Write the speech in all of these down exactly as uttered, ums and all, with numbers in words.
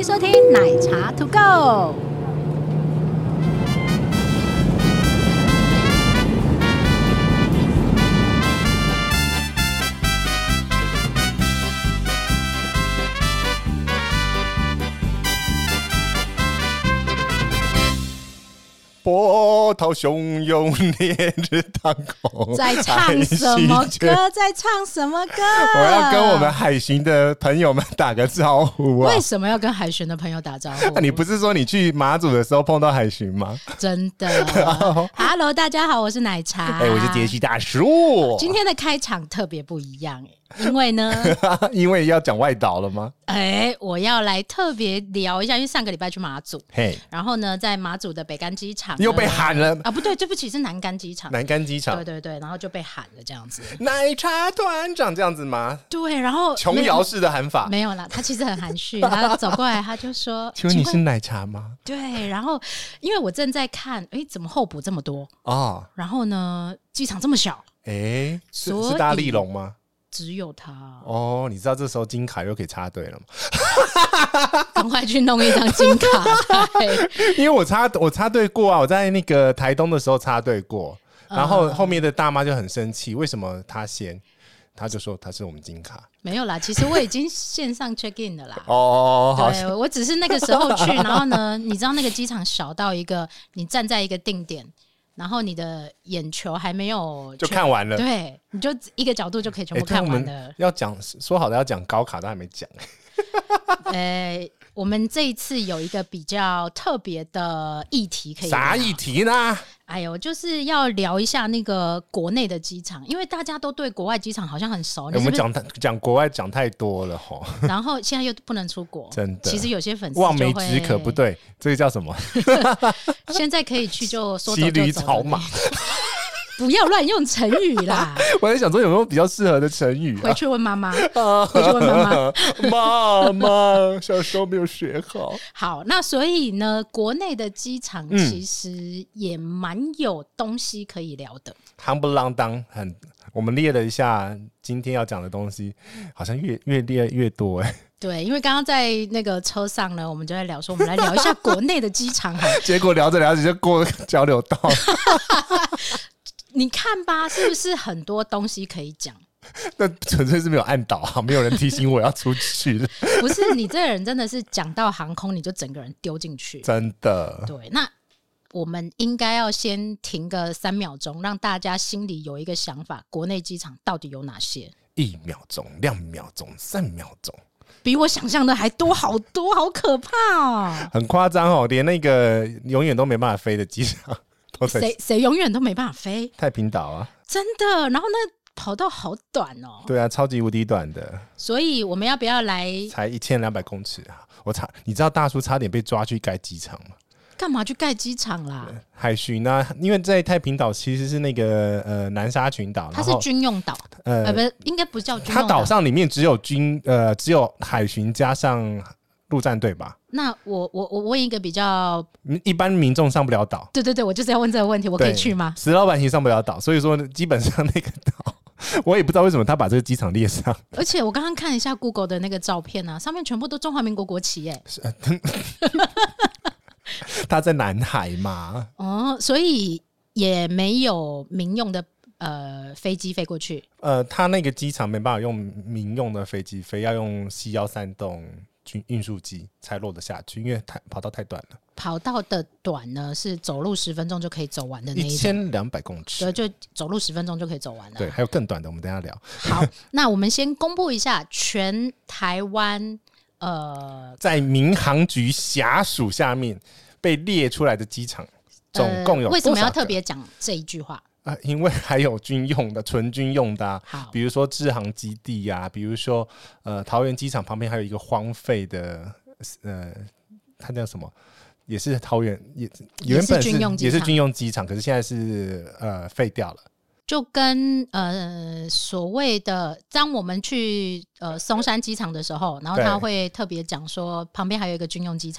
收听奶茶 To Go。 波涛汹涌，烈日当空。 在唱什么歌？在唱什么歌？ 我要跟我们海巡的朋友们打个招呼啊！ 为什么要跟海巡的朋友打招呼？ 啊、你不是说你去马祖的时候碰到海巡吗？ 真的。Hello， 大家好，我是奶茶。 哎、欸，我是杰西大叔。 今天的开场特别不一样、欸，因为呢， 因为要讲外岛了吗？ 哎、欸，我要来特别聊一下，因为上个礼拜去马祖， 嘿， 然后呢，在马祖的北竿机场又被喊了啊！不对，对不起，是南竿机场。 南竿机场， 对对对，然后就被喊了这样子。 奶茶团长这样子吗？ 对，然后琼瑶式的喊法没有啦，他其实很含蓄，他走过来他就说：“ 请问你是奶茶吗？” 对，然后因为我正在看，哎，怎么候补这么多哦？然后呢，机场这么小， 哎，是是大立龙吗？ 只有他哦，你知道这时候金卡又可以插队了吗？ 赶快去弄一张金卡因为我插我插队过啊，我在那个台东的时候插队过，然后后面的大妈就很生气，为什么他先？他就说他是我们金卡。 没有啦，其实我已经线上 check in 了啦。 哦， 对，我只是那个时候去，然后呢，你知道那个机场小到一个，你站在一个定点。然后你的眼球还没有就看完了， 对，你就一个角度就可以全部看完了。 欸、要讲说好的要讲高卡，都还没讲。 呃，我们这一次有一个比较特别的议题可以聊。 啥议题呢？ 哎呦，就是要聊一下那个国内的机场，因为大家都对国外机场好像很熟。 欸、我们讲讲国外讲太多了齁， 然后现在又不能出国， 真的。 其实有些粉丝望梅止渴不对，这个叫什么？ 现在可以去就说走就走。 骑驴找马。 不要乱用成语啦！ 我在想说有没有比较适合的成语、啊？ 回去问妈妈，回去问妈妈。 妈妈，小时候没有学好。 好，那所以呢，国内的机场其实也蛮有东西可以聊的。 夯不啷当，很，我们列了一下今天要讲的东西，好像越越列越多哎、欸。 对，因为刚刚在那个车上呢，我们就在聊说，我们来聊一下国内的机场。 结果聊着聊着就过交流道了。 你看吧，是不是很多东西可以讲？ 那纯粹是没有按导啊，没有人提醒我要出去了。 不是，你这个人真的是讲到航空，你就整个人丢进去， 真的。 对，那我们应该要先停个三秒钟，让大家心里有一个想法：国内机场到底有哪些？ 一秒钟、两秒钟、三秒钟， 比我想象的还多好多，好可怕哦！ 很夸张哦，连那个永远都没办法飞的机场。 谁谁永远都没办法飞？ 太平岛啊， 真的。然后那跑道好短哦， 对啊，超级无敌短的。 所以我们要不要来？ 才一千两百公尺啊！我差，你知道大叔差点被抓去盖机场吗？ 干嘛去盖机场啦？ 海巡啊，因为在太平岛其实是那个呃南沙群岛， 它是军用岛，呃, 呃不是，应该不叫军用岛。 它岛上里面只有军呃只有海巡加上陆战队吧？ 那我我我问一个比较， 一般民众上不了岛。 对对对，我就是要问这个问题，我可以去吗？ 死老百姓上不了岛，所以说基本上那个岛，我也不知道为什么他把这个机场列上。 而且我刚刚看一下 Google 的那个照片啊，上面全部都中华民国国旗耶。 他在南海嘛？ 哦，所以也没有民用的呃飞机飞过去。 呃，他那个机场没办法用民用的飞机飞，要用 C 一三栋运输机才落得下去，因为太跑道太短了。 跑道的短呢，是走路十分钟就可以走完的那一种， 一千两百公尺， 对，就走路十分钟就可以走完了。 对，还有更短的，我们等一下聊。 好，那我们先公布一下全台湾呃， 在民航局辖属下面被列出来的机场，总共有多少个、呃、 为什么要特别讲这一句话？ 啊、因为还有军用的、纯军用的、啊，比如说志航基地啊，比如说呃桃园机场旁边还有一个荒废的，呃，它叫什么？也是桃园，也原本是也是军用机场，可是现在是呃废掉了。 就跟呃所谓的，当我们去呃松山机场的时候，然后他会特别讲说旁边还有一个军用机场。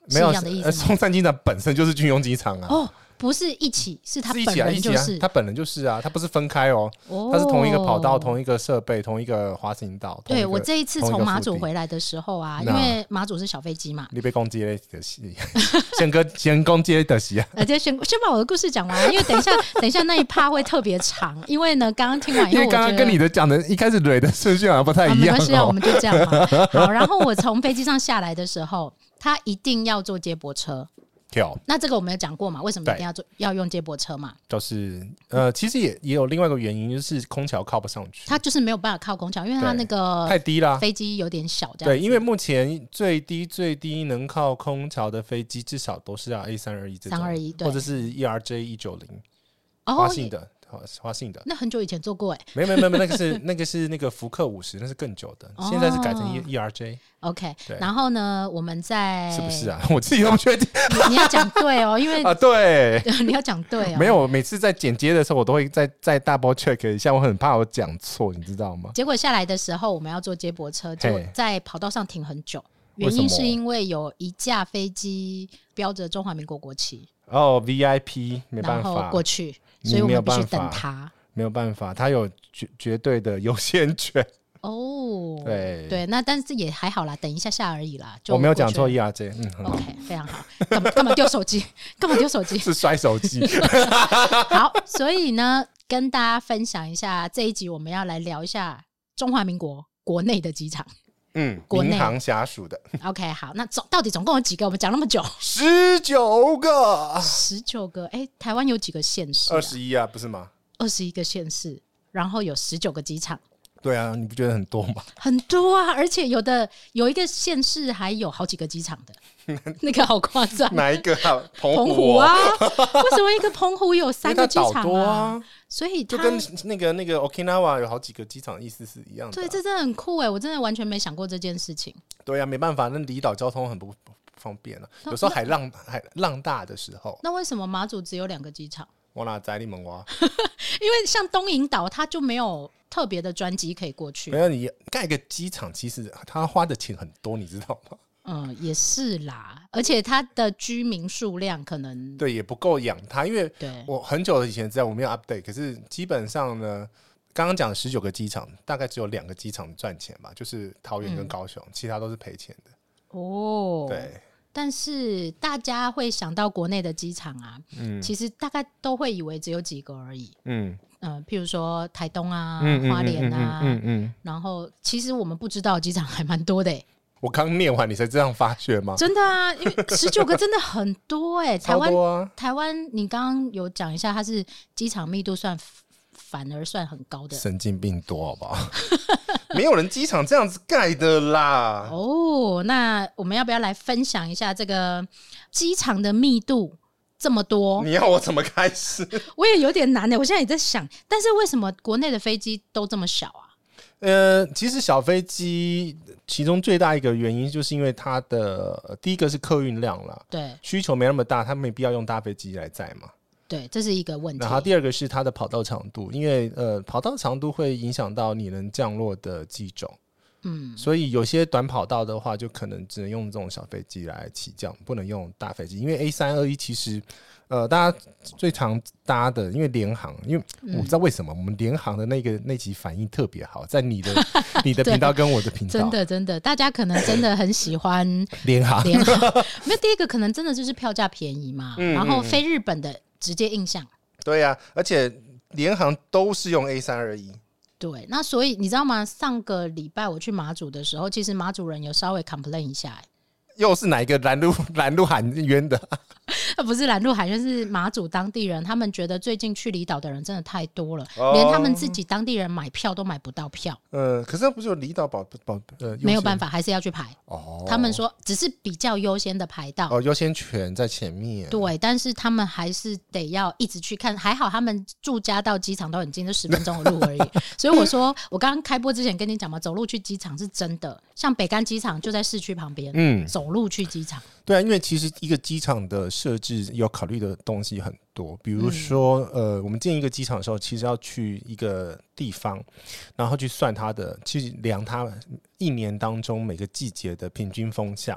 没有是一样的意思吗？ 松山机场本身就是军用机场啊。 哦，不是一起，是他本人就是， 是、 啊啊、他本人就是啊，他不是分开哦，哦他是同一个跑道、同一个设备、同一个滑行道。 对，我这一次从马祖回来的时候啊，因为马祖是小飞机嘛， 你被攻击的戏，先哥先攻击的戏啊， 呃，先先把我的故事讲完，因为等一下等一下那一趴会特别长，因为呢，刚刚听完以后， 因为刚刚跟你的讲的一开始蕊的顺序好像不太一样、哦啊， 没关系啊，我们就这样嘛。好，然后我从飞机上下来的时候，他一定要坐接驳车。那这个我们有讲过嘛？为什么一定要做要用接驳车嘛？ 就是呃，其实也也有另外一个原因，就是空桥靠不上去， 它就是没有办法靠空桥，因为它那个太低了， 飞机有点小这样。 对，因为目前最低最低能靠空桥的飞机，至少都是要 A 三二一这种，三二一或者是 E R J 一九零华信的。华信的， 那很久以前做过哎、 欸，没没没没，那个是那个是那个福克五十，那是更久的，哦、现在是改成 E R J。OK， 然后呢，我们在是不是啊？我自己都不确定。 你, 你要讲对哦，因为啊对， 你要讲对哦。 没有，每次在剪接的时候，我都会再再 double check 一下，我很怕我讲错，你知道吗？ 结果下来的时候，我们要坐接驳车，就在跑道上停很久，原因是因为有一架飞机标着中华民国国旗。 哦 ，V I P 没办法， 然后过去。所以我们必须等他， 没有办法，他有 绝, 绝对的优先权。 哦， 对对，那但是也还好啦，等一下下而已啦。就我没有讲错 E R J， 嗯 ，OK， 非常好。干嘛干嘛丢手机？干嘛丢手机？ 是摔手机。 好，所以呢，跟大家分享一下这一集，我们要来聊一下中华民国国内的机场。 嗯，民航辖属的。 OK， 好，那总到底总共有几个？我们讲那么久， 十九个， 十九个。哎、欸，台湾有几个县市、啊？ 二十一啊，不是吗？ 二十一个县市，然后有十九个机场。 对啊，你不觉得很多吗？ 很多啊，而且有的有一个县市还有好几个机场的，那个好夸张。 哪一个啊？澎湖、哦、 澎湖啊？为什么一个澎湖有三个机场 啊, 啊？ 所以就跟那个那个 Okinawa 有好几个机场，意思是一样的、啊。 对，这真的很酷哎！我真的完全没想过这件事情。 对啊，没办法，那离岛交通很不方便啊。有时候海浪海浪大的时候， 那为什么马祖只有两个机场？ 我哪知你们哇？ 因为像东引岛，它就没有特别的专机可以过去。 没有，你盖一个机场，其实它花的钱很多，你知道吗？ 嗯，也是啦，而且它的居民数量可能对也不够养它，因为我很久以前知道我没有 update， 可是基本上呢，刚刚讲十九个机场，大概只有两个机场赚钱吧，就是桃园跟高雄，嗯、其他都是赔钱的。 哦， 对。 但是大家会想到国内的机场啊、嗯，其实大概都会以为只有几个而已。嗯，呃、譬如说台东啊、嗯、花莲啊，嗯 嗯, 嗯, 嗯，然后其实我们不知道机场还蛮多的、欸。 我刚念完你才这样发觉吗？ 真的啊，因为十九个真的很多哎、欸，台湾、 啊、 台湾，你刚刚有讲一下，它是机场密度算反而算很高的， 神经病多好不好？没有人机场这样子盖的啦。 哦，那我们要不要来分享一下这个机场的密度这么多？ 你要我怎么开始？ 我也有点难的，我现在也在想，但是为什么国内的飞机都这么小啊？ 呃，其实小飞机其中最大一个原因就是因为它的第一个是客运量啦， 对， 需求没那么大，它没必要用大飞机来载嘛。 对，这是一个问题。 然后第二个是它的跑道长度，因为呃跑道长度会影响到你能降落的机种，嗯，所以有些短跑道的话，就可能只能用这种小飞机来起降，不能用大飞机，因为 A 三二一其实呃大家最常搭的，因为联航，因为我不知道为什么、嗯、我们联航的那个那集反应特别好，在你的你的频道跟我的频道， 真的真的，大家可能真的很喜欢联航， 联航，因为第一个可能真的就是票价便宜嘛，嗯、然后飞日本的。直接印象对啊，而且联航都是用 A 三二一。 对，那所以你知道吗？上个礼拜我去马祖的时候，其实马祖人有稍微 complain 一下、欸， 又是哪一个拦路拦路喊冤的？ 不是拦路喊冤，是马祖当地人，他们觉得最近去离岛的人真的太多了，哦、连他们自己当地人买票都买不到票。 呃，可是不是有离岛保保呃没有办法，还是要去排。哦，他们说只是比较优先的排到， 哦，优先权在前面。 对，但是他们还是得要一直去看。还好他们住家到机场都很近，就十分钟的路而已。所以我说，我刚刚开播之前跟你讲嘛，走路去机场是真的，像北干机场就在市区旁边，嗯，走路去机场。 对啊，因为其实一个机场的设置有考虑的东西很多，比如说、嗯、呃，我们建一个机场的时候，其实要去一个地方，然后去算它的，去量它一年当中每个季节的平均风向，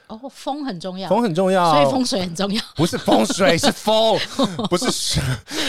哦，风很重要， 风很重要， 所以风水很重要。 不是风水，是风，不是水。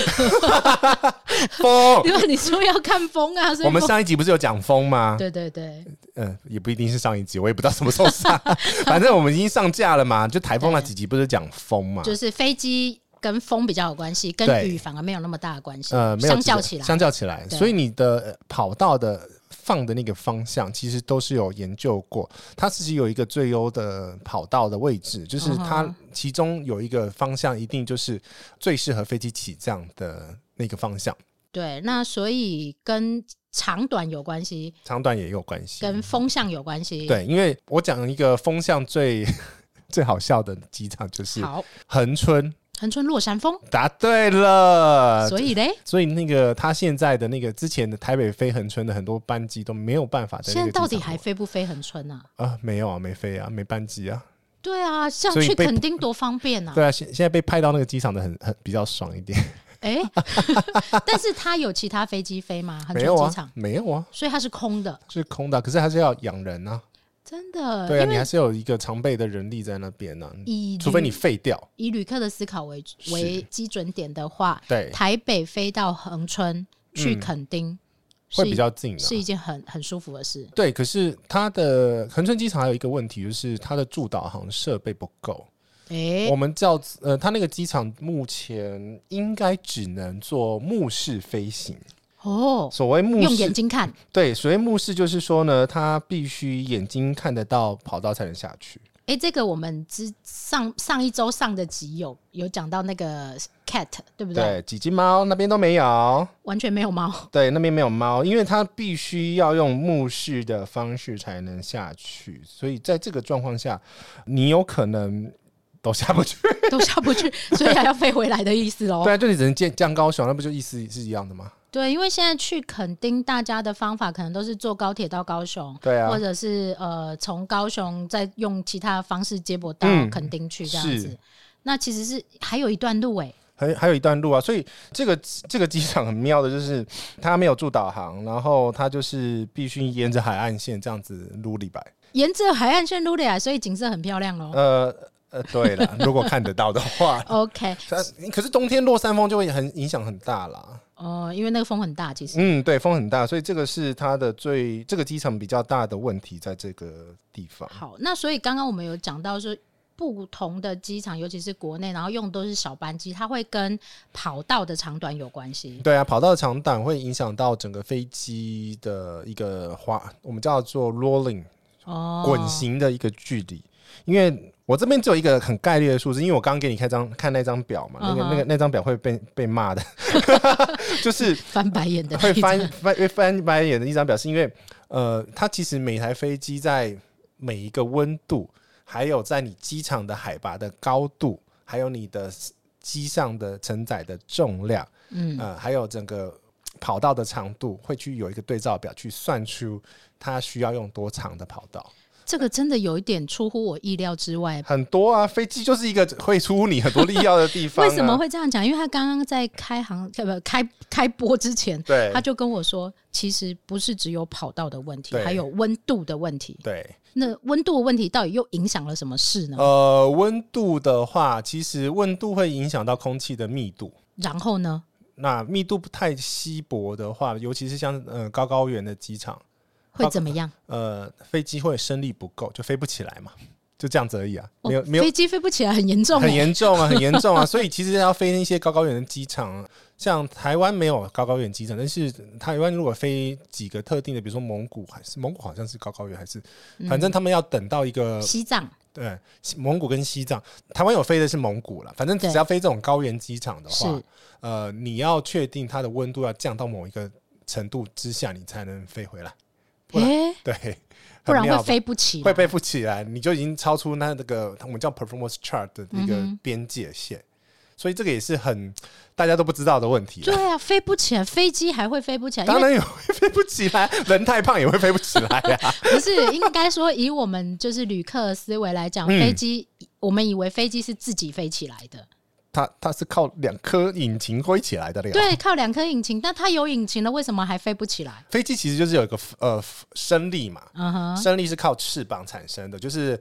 风， 因为你说要看风啊，所以我们上一集不是有讲风吗？ 对对对， 嗯、呃，也不一定是上一集，我也不知道什么时候上，反正我们已经上架了嘛。就台风那几集不是讲风嘛？ 就是飞机跟风比较有关系，跟雨反而没有那么大的关系。呃，相较起来， 相较起来，所以你的跑道的放的那个方向，其实都是有研究过。它其实有一个最优的跑道的位置，就是它其中有一个方向，一定就是最适合飞机起降的那个方向。 对，那所以跟长短有关系， 长短也有关系， 跟风向有关系。 对，因为我讲一个风向最最好笑的机场就是恒春。 恒春落山风， 答对了。 所以嘞， 所以那个他现在的那个之前的台北飞恒春的很多班机都没有办法在那个机场。 现在到底还飞不飞恒春啊？ 啊，没有啊，没飞啊，没班机啊。 对啊，这样去垦丁多方便啊。 对啊，现现在被派到那个机场的很很比较爽一点。 哎、欸，但是他有其他飞机飞吗？恒春机场没有啊， 所以它是空的， 是空的，可是还是要养人啊。 真的， 对啊，你还是有一个常备的人力在那边呢、啊，除非你废掉。 以旅客的思考为为基准点的话， 对， 台北飞到恒春去垦丁、嗯、 会比较近、啊， 是一件很很舒服的事。 对，可是它的恒春机场还有一个问题，就是它的助导航设备不够。欸、我们叫呃，它那个机场目前应该只能做目视飞行。 哦， 所谓目视， 用眼睛看， 对，所谓目视就是说呢，它必须眼睛看得到跑道才能下去。 哎、欸，这个我们之上上一周上的集有有讲到那个 cat， 对不对？ 对，几只猫那边都没有， 完全没有猫。 对，那边没有猫，因为它必须要用目视的方式才能下去，所以在这个状况下，你有可能都下不去， 都下不去，所以还要飞回来的意思咯。 对啊，就你只能降高雄，那不就意思是一样的吗？ 对，因为现在去垦丁，大家的方法可能都是坐高铁到高雄， 对啊， 或者是呃从高雄再用其他的方式接驳到垦丁去这样子、嗯。那其实是还有一段路哎、 欸，还还有一段路啊，所以这个这个机场很妙的就是它没有助导航，然后它就是必须沿着海岸线这样子撸里白， 沿着海岸线撸里来，所以景色很漂亮咯。 呃。呃，对了，如果看得到的话 ，OK。 可是冬天落山风就会很影响很大啦。 哦、呃，因为那个风很大，其实。 嗯，对，风很大，所以这个是它的最这个机场比较大的问题，在这个地方。 好，那所以刚刚我们有讲到说，不同的机场，尤其是国内，然后用的都是小班机，它会跟跑道的长短有关系。 对啊，跑道的长短会影响到整个飞机的一个滑，我们叫做 rolling， 哦，滚行的一个距离，因为。我这边只有一个很概率的数字，因为我刚刚给你看张看那张表嘛， uh-huh. 那个那个那张表会被被骂的，就是翻白眼的， 会翻翻翻白眼的一张表，是因为呃，它其实每台飞机在每一个温度，还有在你机场的海拔的高度，还有你的机上的承载的重量，嗯，呃，还有整个跑道的长度，会去有一个对照表去算出它需要用多长的跑道。 这个真的有一点出乎我意料之外， 很多啊，飞机就是一个会出乎你很多力要的地方、啊。 为什么会这样讲？因为他刚刚在开航不开开播之前， 对， 他就跟我说，其实不是只有跑道的问题，还有温度的问题。 对， 那温度的问题到底又影响了什么事呢？ 呃，温度的话，其实温度会影响到空气的密度。 然后呢？ 那密度不太稀薄的话，尤其是像呃高高原的机场。 会怎么样？ 呃，飞机会升力不够，就飞不起来嘛，就这样子而已啊。没有，没有， 飞机飞不起来很严重、欸， 很严重啊，很严重啊。所以其实要飞那些高高原的机场，像台湾没有高高原机场，但是台湾如果飞几个特定的，比如说蒙古，还是蒙古好像是高高原，还是反正他们要等到一个、 嗯、西藏。 对，蒙古跟西藏，台湾有飞的是蒙古啦，反正只要飞这种高原机场的话，呃，你要确定它的温度要降到某一个程度之下，你才能飞回来。不然、欸、对， 不然会飞不起来， 会飞不起来，你就已经超出那个我们叫 performance chart 的一个边界线、嗯，所以这个也是很大家都不知道的问题。 对啊，飞不起来，飞机还会飞不起来， 当然也会飞不起来，人太胖也会飞不起来啊。 不是，应该说以我们就是旅客的思维来讲，飞机、嗯、我们以为飞机是自己飞起来的。 它, 它是靠两颗引擎挥起来的， 对，靠两颗引擎，但它有引擎了，为什么还飞不起来？ 飞机其实就是有一个呃升力嘛， uh-huh. 升力是靠翅膀产生的，就是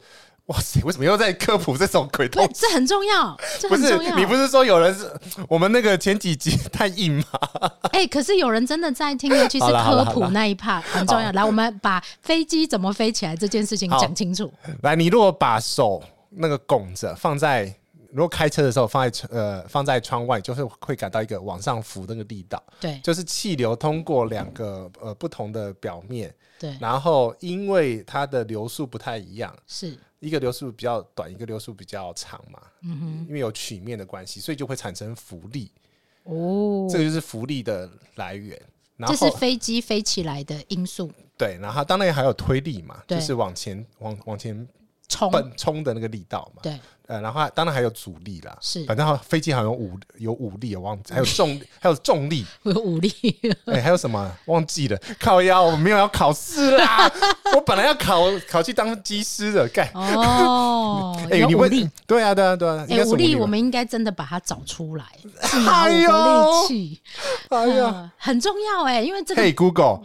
哇塞，为什么又在科普这种鬼东西？ 这很重要，这很重要。 不是你不是说有人是我们那个前几集太硬吗？ 哎、欸，可是有人真的在听，尤其是科普那一 part 很重要。来，我们把飞机怎么飞起来这件事情讲清楚。 来，你如果把手那个拱着放在，如果开车的时候放在呃放在窗外，就是会感到一个往上浮那个力道。 对， 就是气流通过两个呃不同的表面。 对， 然后因为它的流速不太一样， 是一个流速比较短，一个流速比较长嘛。 嗯哼， 因为有曲面的关系，所以就会产生浮力。 哦， 这个就是浮力的来源。然后这是飞机飞起来的因素。 对，然后当然还有推力嘛， 对， 就是往前往往前冲冲的那个力道嘛。 对。 呃，然后当然还有阻力啦， 是， 反正飞机好像有武有武力，我忘记，还有重还有重力， 有武力， 哎、欸，还有什么忘记了？靠腰，我没有要考试啦，我本来要考考去当机师的，干哦， 欸、 有武力， 对啊，对啊，对啊， 哎、欸，武力我们应该真的把它找出来，是哪五个利器？ 哎呀、 呃，很重要哎、欸，因为这个。 嘿、hey, ，Google。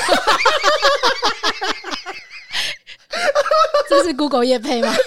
这是 Google 业配吗？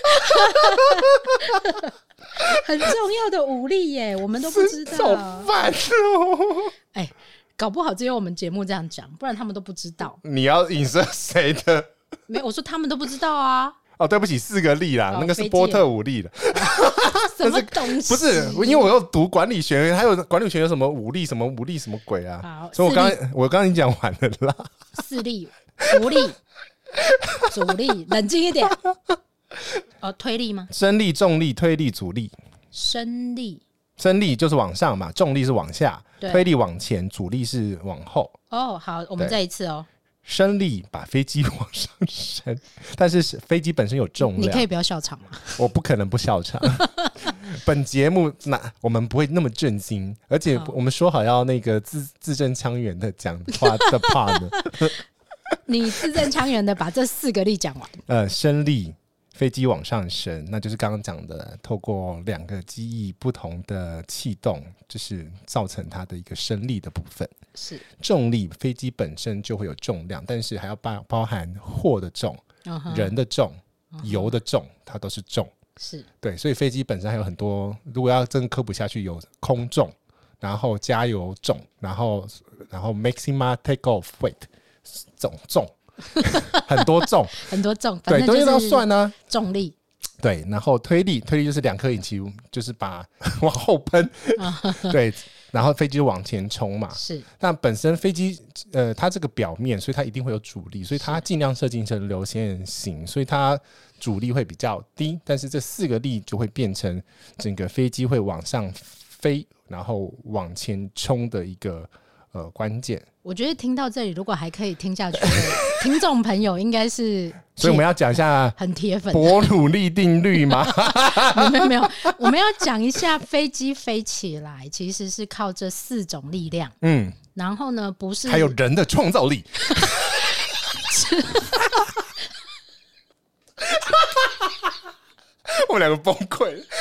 很重要的武力耶，我们都不知道。 好烦哦！ 哎、欸，搞不好只有我们节目这样讲，不然他们都不知道。 你要影射谁的？ 没有，我说他们都不知道啊。 哦，对不起，四个力啦，哦、那个是波特武力的。 什么东西？ 不是，因为我有读管理学，还有管理学有什么武力、什么武力、什么鬼啊？所以我刚我刚刚已经讲完了啦。 四力、武力。阻力，冷静一点。哦，推力吗？ 升力、重力、推力、阻力。 升力， 升力就是往上嘛，重力是往下，推力往前，阻力是往后。 哦，好，我们再一次哦。 升力把飞机往上升，但是飞机本身有重量。 你可以不要笑场吗？ 我不可能不笑场。本节目那我们不会那么震惊，而且我们说好要那个字字正腔圆的讲话的 part 呢。 你字正腔圆的把这四个力讲完。 呃，升力，飞机往上升，那就是刚刚讲的，透过两个机翼不同的气动，就是造成它的一个升力的部分。 是重力，飞机本身就会有重量，但是还要包包含货的重、uh-huh. 人的重、uh-huh. 油的重，它都是重。 是对， 所以飞机本身还有很多，如果要真的科普下去，有空重，然后加油重，然后然后 maximum takeoff weight。重重很多重很多重， 对，都要算呢、啊。 重力对，然后推力，推力就是两颗引擎，就是把往后喷，对，然后飞机就往前冲嘛。 是， 那本身飞机呃，它这个表面，所以它一定会有阻力，所以它尽量设计成流线型，所以它阻力会比较低，但是这四个力就会变成整个飞机会往上飞，然后往前冲的一个呃关键。 我觉得听到这里，如果还可以听下去的听众朋友，应该是， 所以我们要讲一下很铁粉伯努利定律吗？ 没有没有，我们要讲一下飞机飞起来其实是靠这四种力量，嗯，然后呢，不是还有人的创造力。我们两个崩溃了。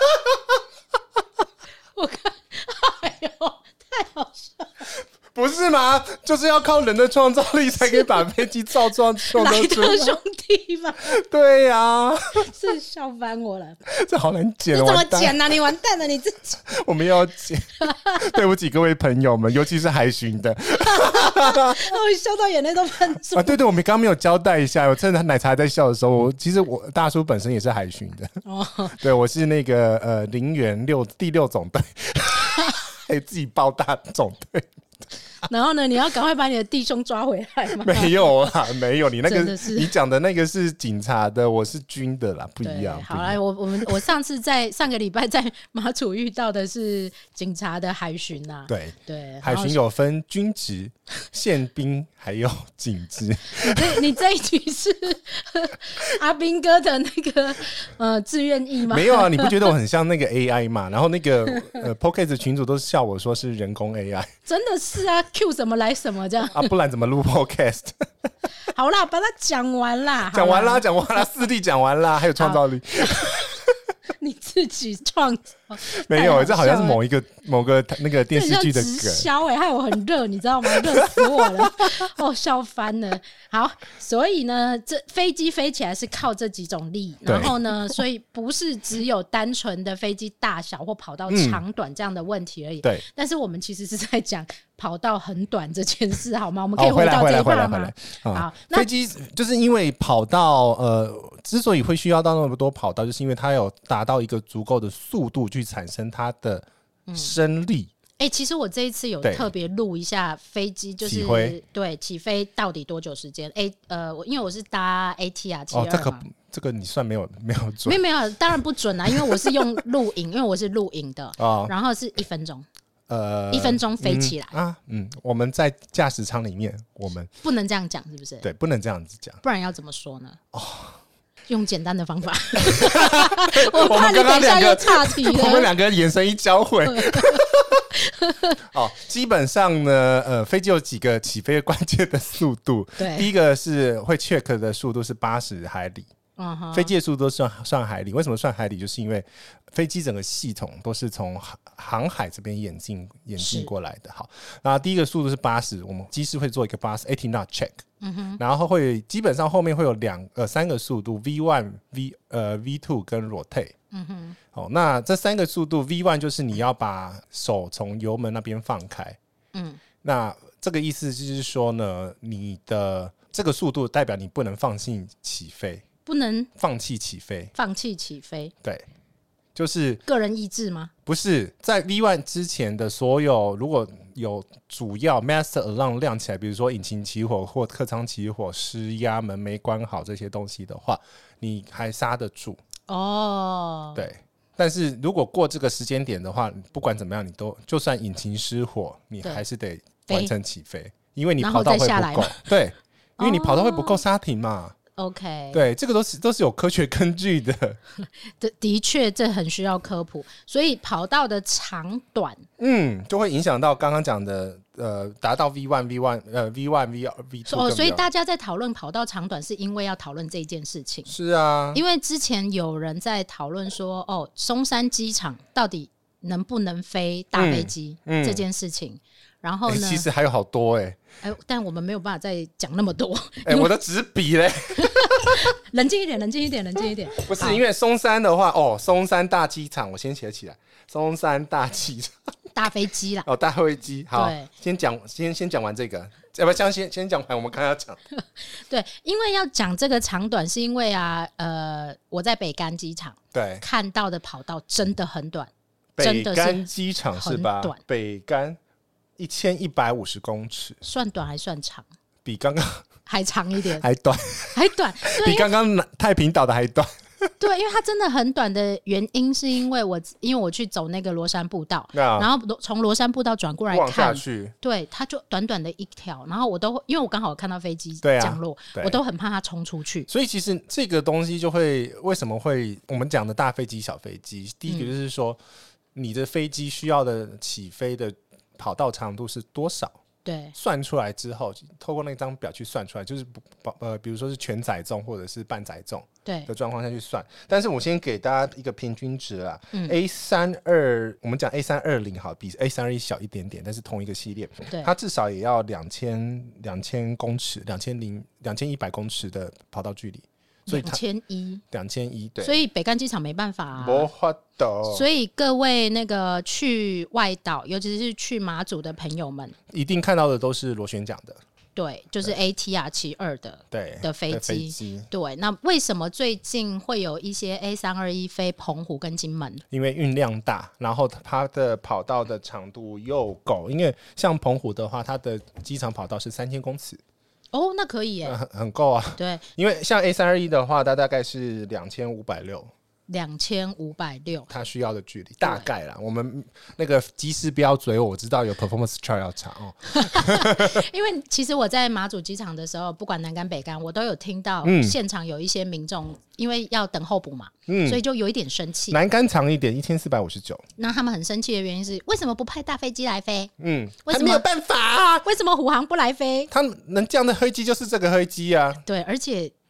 我看，哎呦，太好笑了。 不是吗？就是要靠人的创造力才可以把飞机造创创造出来。 莱特兄弟吧？ 对呀、啊， 是笑翻我了。 这好难剪， 这怎么剪啊？你完蛋了，你自己。 我们要剪，对不起各位朋友们，尤其是海巡的。 我笑到眼泪都喷出。 啊，对对，我们刚刚没有交代一下，我趁着奶茶在笑的时候，我其实我大叔本身也是海巡的。哦，对，我是那个呃林园六第六总队，还自己报大总队。 然后呢，你要赶快把你的弟兄抓回来吗？ 没有啦，没有，你那个你讲的那个是警察的，我是军的啦，不一样。 好啦，我我们我上次在上个礼拜在马祖遇到的是警察的海巡呐、啊， 对对， 海巡有分军职、宪兵还有警职。 你这你这一局是阿兵哥的那个呃志愿役吗？ 没有啊，你不觉得我很像那个 A I 嘛？然后那个呃 Podcast 群组都是笑我说是人工 A I， 真的是啊。Q 什么来什么这样啊，不然怎么录 podcast？ 好啦，把它讲完啦， 讲完啦，讲完啦，四力讲完啦，还有创造力。 你自自己创造， 没有，这好像是某一个某个那个电视剧的梗。 直销哎，害我很热，你知道吗？热死我了，哦，笑翻了。好，所以呢，这飞机飞起来是靠这几种力，然后呢，所以不是只有单纯的飞机大小或跑道长短这样的问题而已。对、嗯，但是我们其实是在讲跑道很短这件事，好吗？我们可以回到这一趴吗？ 哦、好，飞机就是因为跑道，呃，之所以会需要到那么多跑道，就是因为它有达到一个足够的速度去产生它的升力。 哎、欸，其实我这一次有特别录一下飞机，就是起对起飞到底多久时间？哎、欸，呃，因为我是搭 A T R 七二嘛，哦， 这个这个你算没有没有准？ 没有没有，当然不准啦，因为我是用录影，因为我是录影的，哦、然后是一分钟。呃，一分钟飞起来、 嗯、啊，嗯，我们在驾驶舱里面，我们不能这样讲，是不是？ 对，不能这样子讲， 不然要怎么说呢？哦，用简单的方法。我怕你等一下又岔题了。 我们两个眼神一交汇。哦，基本上呢，呃，飞机有几个起飞关键的速度。对，第一个是会 check 的速度是八十海里。Uh-huh. 飞机的速度都算算海里，为什么算海里？就是因为飞机整个系统都是从航海这边演进演进过来的。好，那第一个速度是八十，我们机师会做一个八十 eighty knot check，、嗯、然后会基本上后面会有两呃三个速度 V 一 V 呃 V 二 跟 rotate。嗯哼，好，那这三个速度 V 一 就是你要把手从油门那边放开。嗯，那这个意思就是说呢，你的这个速度代表你不能放弃起飞。 不能放弃起飞， 放弃起飞， 对，就是个人意志吗？ 不是，在 V 一 之前的所有，如果有主要 master alarm 亮起来，比如说引擎起火或客舱起火、失压、门没关好这些东西的话，你还刹得住哦。对，但是如果过这个时间点的话，不管怎么样，你都就算引擎失火，你还是得完成起飞，因为你跑道会不够，对，因为你跑道会不够刹停嘛。 OK， 对，这个都是都是有科学根据的。 的的确，这很需要科普。所以跑道的长短， 嗯，就会影响到刚刚讲的，呃，达到 V 一 V 一 呃 V 一 V 二 V 二。 哦，所以大家在讨论跑道长短，是因为要讨论这件事情。 是啊， 因为之前有人在讨论说，哦，松山机场到底能不能飞大飞机、嗯嗯、这件事情。然后呢、 欸？其实还有好多哎、 欸欸，但我们没有办法再讲那么多。 哎、欸，我的纸笔嘞， 冷静一点，冷静一点，冷静一点。 不是因为松山的话，哦，松山大机场，我先写起来。松山大机场， 大飞机啦， 哦，大飞机。好，先讲，先先讲完这个，要不先先先讲完，我们刚刚要讲。 对，因为要讲这个长短，是因为啊，呃，我在北干机场对看到的跑道真的很短， 北干机场是吧？短，北干。一千一百五十公尺， 算短还算长？ 比刚刚还长一点， 还短， 还短， 比刚刚太平岛的还短。 对，因为它真的很短的原因，是因为我因为我去走那个罗山步道，啊、然后从罗山步道转过来看， 下去对，它就短短的一条，然后我都因为我刚好有看到飞机降落、啊，我都很怕它冲出去。 所以其实这个东西就会为什么会我们讲的大飞机、小飞机，第一个就是说、嗯、你的飞机需要的起飞的跑道长度是多少？对，算出来之后，透过那张表去算出来，就是呃，比如说是全载重或者是半载重的状况下去算。但是我先给大家一个平均值啦、嗯、，A 三二，我们讲 A 三二零好，比 A 三二一小一点点，但是同一个系列，它至少也要两千两千公尺，两千零两千一百公尺的跑道距离。 两千一， 两千一，对， 所以北干机场没办法啊， 没办法。 所以各位那个去外岛，尤其是去马祖的朋友们， 一定看到的都是螺旋桨的， 对，就是 A T R 七二的对的飞机，对。那为什么最近会有一些 A 三二一飞澎湖跟金门？ 因为运量大，然后它的跑道的长度又够。因为像澎湖的话，它的机场跑道是三千公尺。 哦，那可以耶， 呃、很, 很够啊。 对， 因为像 A 三二一的话，它大概是两千五百六。 两千五百六， 它需要的距离大概啦。我们那个机师不要追我，我知道有 performance chart 要查哦。 因为其实我在马祖机场的时候，不管南干北干，我都有听到现场有一些民众、嗯，因为要等候补嘛、嗯，所以就有一点生气。 南干长一点，一千四百五十九。 那他们很生气的原因是，为什么不派大飞机来飞？ 嗯， 为什么没有办法啊？ 为什么虎航不来飞？ 他能降的飞机就是这个飞机啊。 对，而且。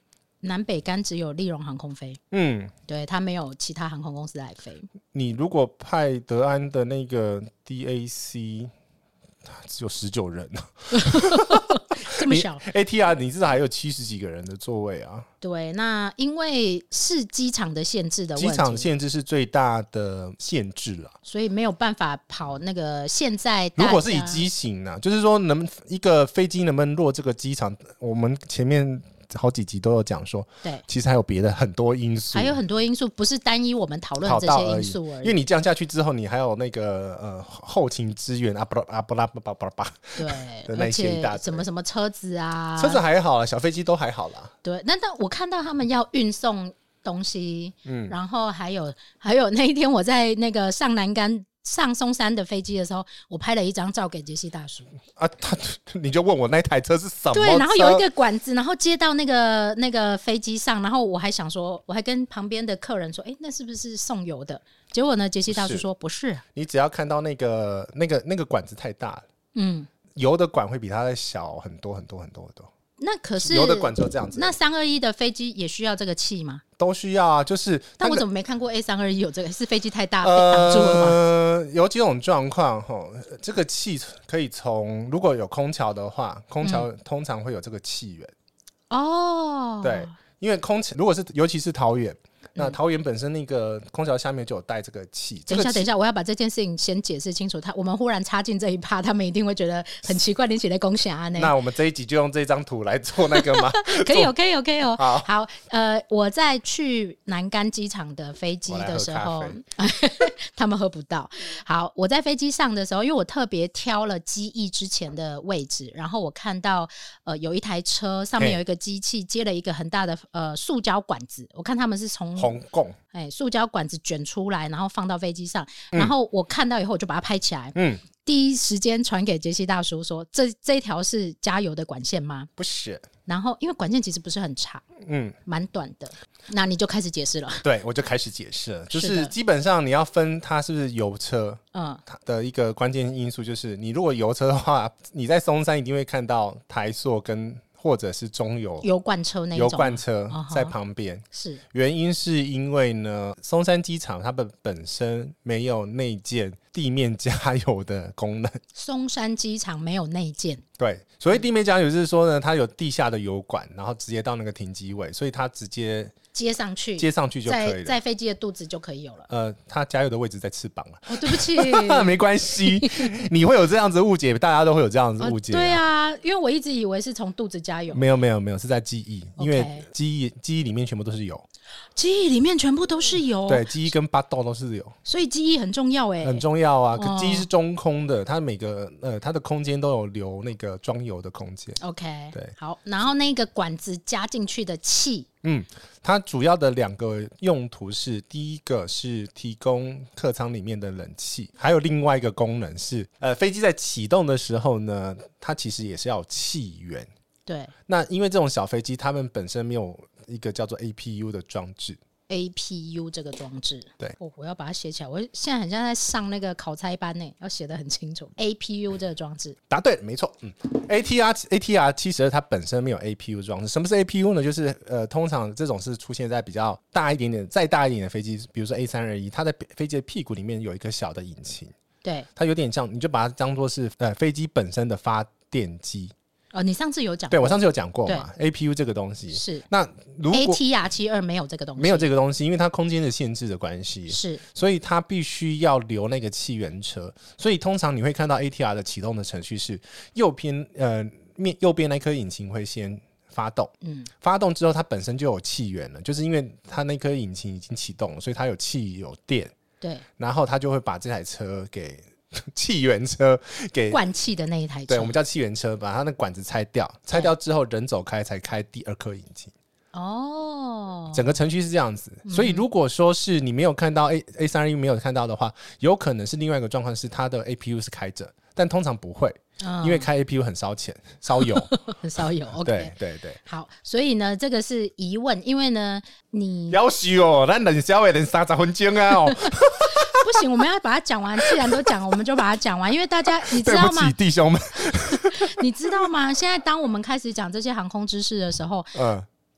南北干只有立荣航空飞，嗯，对，它没有其他航空公司来飞。 你如果派德安的那个 D A C， 只有十九人这么小 ，A T R 你至少还有七十几个人的座位啊。 对，那因为是机场的限制的问题， 机场限制是最大的限制了， 所以没有办法跑那个现在大家。 如果是以机型呢，就是说能一个飞机能不能落这个机场，我们前面好几集都有讲说，对，其实还有别的很多因素， 还有很多因素，不是单一我们讨论这些因素而已。 因为你降下去之后，你还有那个呃后勤支援啊，不啦不啦不啦不啦， 对， 的那些一大堆什么什么车子啊， 车子还好啦，小飞机都还好啦。 对，那但我看到他们要运送东西，嗯，然后还有还有那一天我在那个上南竿。上松山的飞机的时候，我拍了一张照给杰西大叔啊，他你就问我那台车是什么车？ 对，然后有一个管子，然后接到那个那个飞机上，然后我还想说，我还跟旁边的客人说，哎、欸，那是不是送油的？结果呢，杰西大叔说不是， 你只要看到那个那个那个管子太大了，嗯，油的管会比它的小很多很多很多很多。 那可是油的管就这样子。 那三二一的飞机也需要这个气吗？ 都需要啊，就是、那個。 但我怎么没看过 A 三二一有这个？是飞机太大被挡住了吗？ 呃，有几种状况哈，这个气可以从如果有空桥的话，空桥通常会有这个气源。哦、嗯，对，因为空桥如果是尤其是桃园。那桃园本身那个空桥下面就有带这个气。 等一下，等一下，我要把这件事情先解释清楚。他我们忽然插进这一趴，他们一定会觉得很奇怪，你起来攻下呢？ 那我们这一集就用这张图来做那个吗？ 可以有，可以有，可以有。好，好，呃，我在去南竿机场的飞机的时候，他们喝不到。好，我在飞机上的时候，因为我特别挑了机翼之前的位置，然后我看到呃有一台车上面有一个机器接了一个很大的呃塑胶管子，我看他们是从红供哎，塑胶管子卷出来，然后放到飞机上，嗯、然后我看到以后我就把它拍起来，嗯，第一时间传给杰西大叔说：“这这一条是加油的管线吗？” 不是。 然后因为管线其实不是很长，嗯，蛮短的。那你就开始解释了。 对，我就开始解释了，就是基本上你要分它是不是油车，嗯，它的一个关键因素就是你如果油车的话，你在松山一定会看到台塑跟。或者是中油油罐车那种油罐车在旁边、uh-huh, 是原因是因为呢，松山机场它们本身没有内建地面加油的功能。 松山机场没有内建， 对，所谓地面加油就是说呢，它有地下的油管，然后直接到那个停机位，所以它直接接上去， 接上去就可以了， 在, 在飞机的肚子就可以有了。 呃，它加油的位置在翅膀了。 哦，对不起， 没关系，你会有这样子误解，大家都会有这样子误解、啊哦。对啊，因为我一直以为是从肚子加油。 没有没有没有，是在机翼， okay. 因为机翼机翼里面全部都是油。 机翼里面全部都是油， 对，机翼跟巴豆都是油， 所以机翼很重要哎， 很重要啊。可机翼是中空的，它每个呃它的空间都有留那个装油的空间。 OK， 对，好，然后那个管子加进去的气， 嗯，它主要的两个用途是，第一个是提供客舱里面的冷气，还有另外一个功能是，呃，飞机在启动的时候呢，它其实也是要有气源。 对， 那因为这种小飞机，它们本身没有一个叫做 A P U 的装置。 A P U 这个装置， 对、 哦，我要把它写起来。我现在很像在上那个考差班呢，要写得很清楚。A P U 这个装置， 答对了，没错。嗯 ，A T R A T R 七十二它本身没有 A P U 装置。什么是 A P U 呢？就是呃，通常这种是出现在比较大一点点、再大一点的飞机，比如说 A 三二一，它的飞机的屁股里面有一个小的引擎， 对， 它有点像，你就把它当作是呃飞机本身的发电机。 哦，你上次有讲过， 对，我上次有讲过嘛 ，A P U 这个东西是。 那如果 A T R 七十二没有这个东西， 没有这个东西，因为它空间的限制的关系， 是， 所以它必须要留那个气源车。所以通常你会看到 A T R 的启动的程序是右边呃面右边那颗引擎会先发动，嗯，发动之后它本身就有气源了，就是因为它那颗引擎已经启动了，所以它有气有电， 对， 然后它就会把这台车给。气源车给灌气的那一台车， 对，我们叫气源车，把它那管子拆掉，拆掉之后人走开才开第二颗引擎。哦，整个程序是这样子，所以如果说是你没有看到 A A 三二一没有看到的话，有可能是另外一个状况是它的 A P U 是开着，但通常不会，嗯、因为开 A P U 很烧钱，烧油， 很烧油。OK， 对对对。 好，所以呢，这个是疑问，因为呢，你要死哦，咱冷笑话连三十分钟啊！哦。 不行，我们要把它讲完。既然都讲了，我们就把它讲完。因为大家，你知道吗？ 对不起，弟兄们， 你知道吗？现在当我们开始讲这些航空知识的时候，嗯，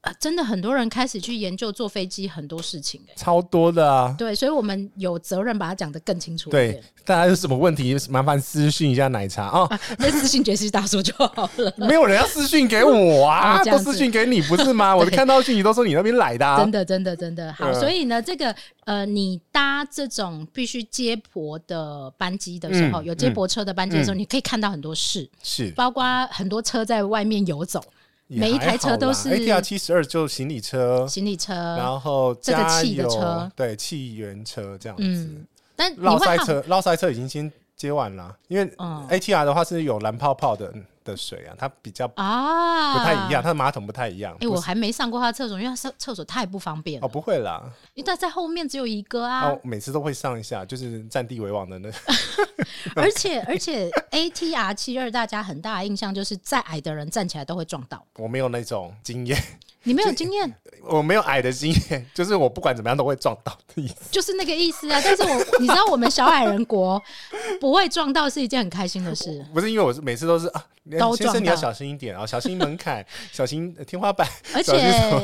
呃、真的很多人开始去研究坐飞机很多事情、欸、 超多的啊。 对，所以我们有责任把它讲得更清楚一点。 对，大家有什么问题麻烦私讯一下奶茶哦， 那、啊、私讯杰西大叔就好了。 没有人要私讯给我啊， 哦、 都私讯给你不是吗？我看到讯息都说你那边来的、啊、 真的真的真的好、嗯、所以呢这个呃，你搭这种必须接驳的班机的时候、嗯、有接驳车的班机的时候、嗯、你可以看到很多事，是包括很多车在外面游走，每一台车都是 A T R 七十二 就行李车， 行李车， 然后这个汽的车， 对，汽援车这样子。 嗯，但你绕赛车，绕赛车已经先接完了，因为 A T R 的话是有蓝泡泡的的水啊，它比较啊不太一样，它的马桶不太一样。哎、 欸，我还没上过它的厕所，因为它厕所太不方便了。 哦，不会啦， 因为它在后面只有一个啊。 哦，每次都会上一下，就是占地为王的那。 而且而且 A T R 七十二 大家很大的印象就是再矮的人站起来都会撞到。我没有那种经验。 你没有经验？ 我没有矮的经验，就是我不管怎么样都会撞到的意思， 就是那个意思啊。但是我你知道我们小矮人国不会撞到是一件很开心的事。 不是因为我是每次都是啊， 都先生你要小心一点啊，小心门槛，小心天花板， 而且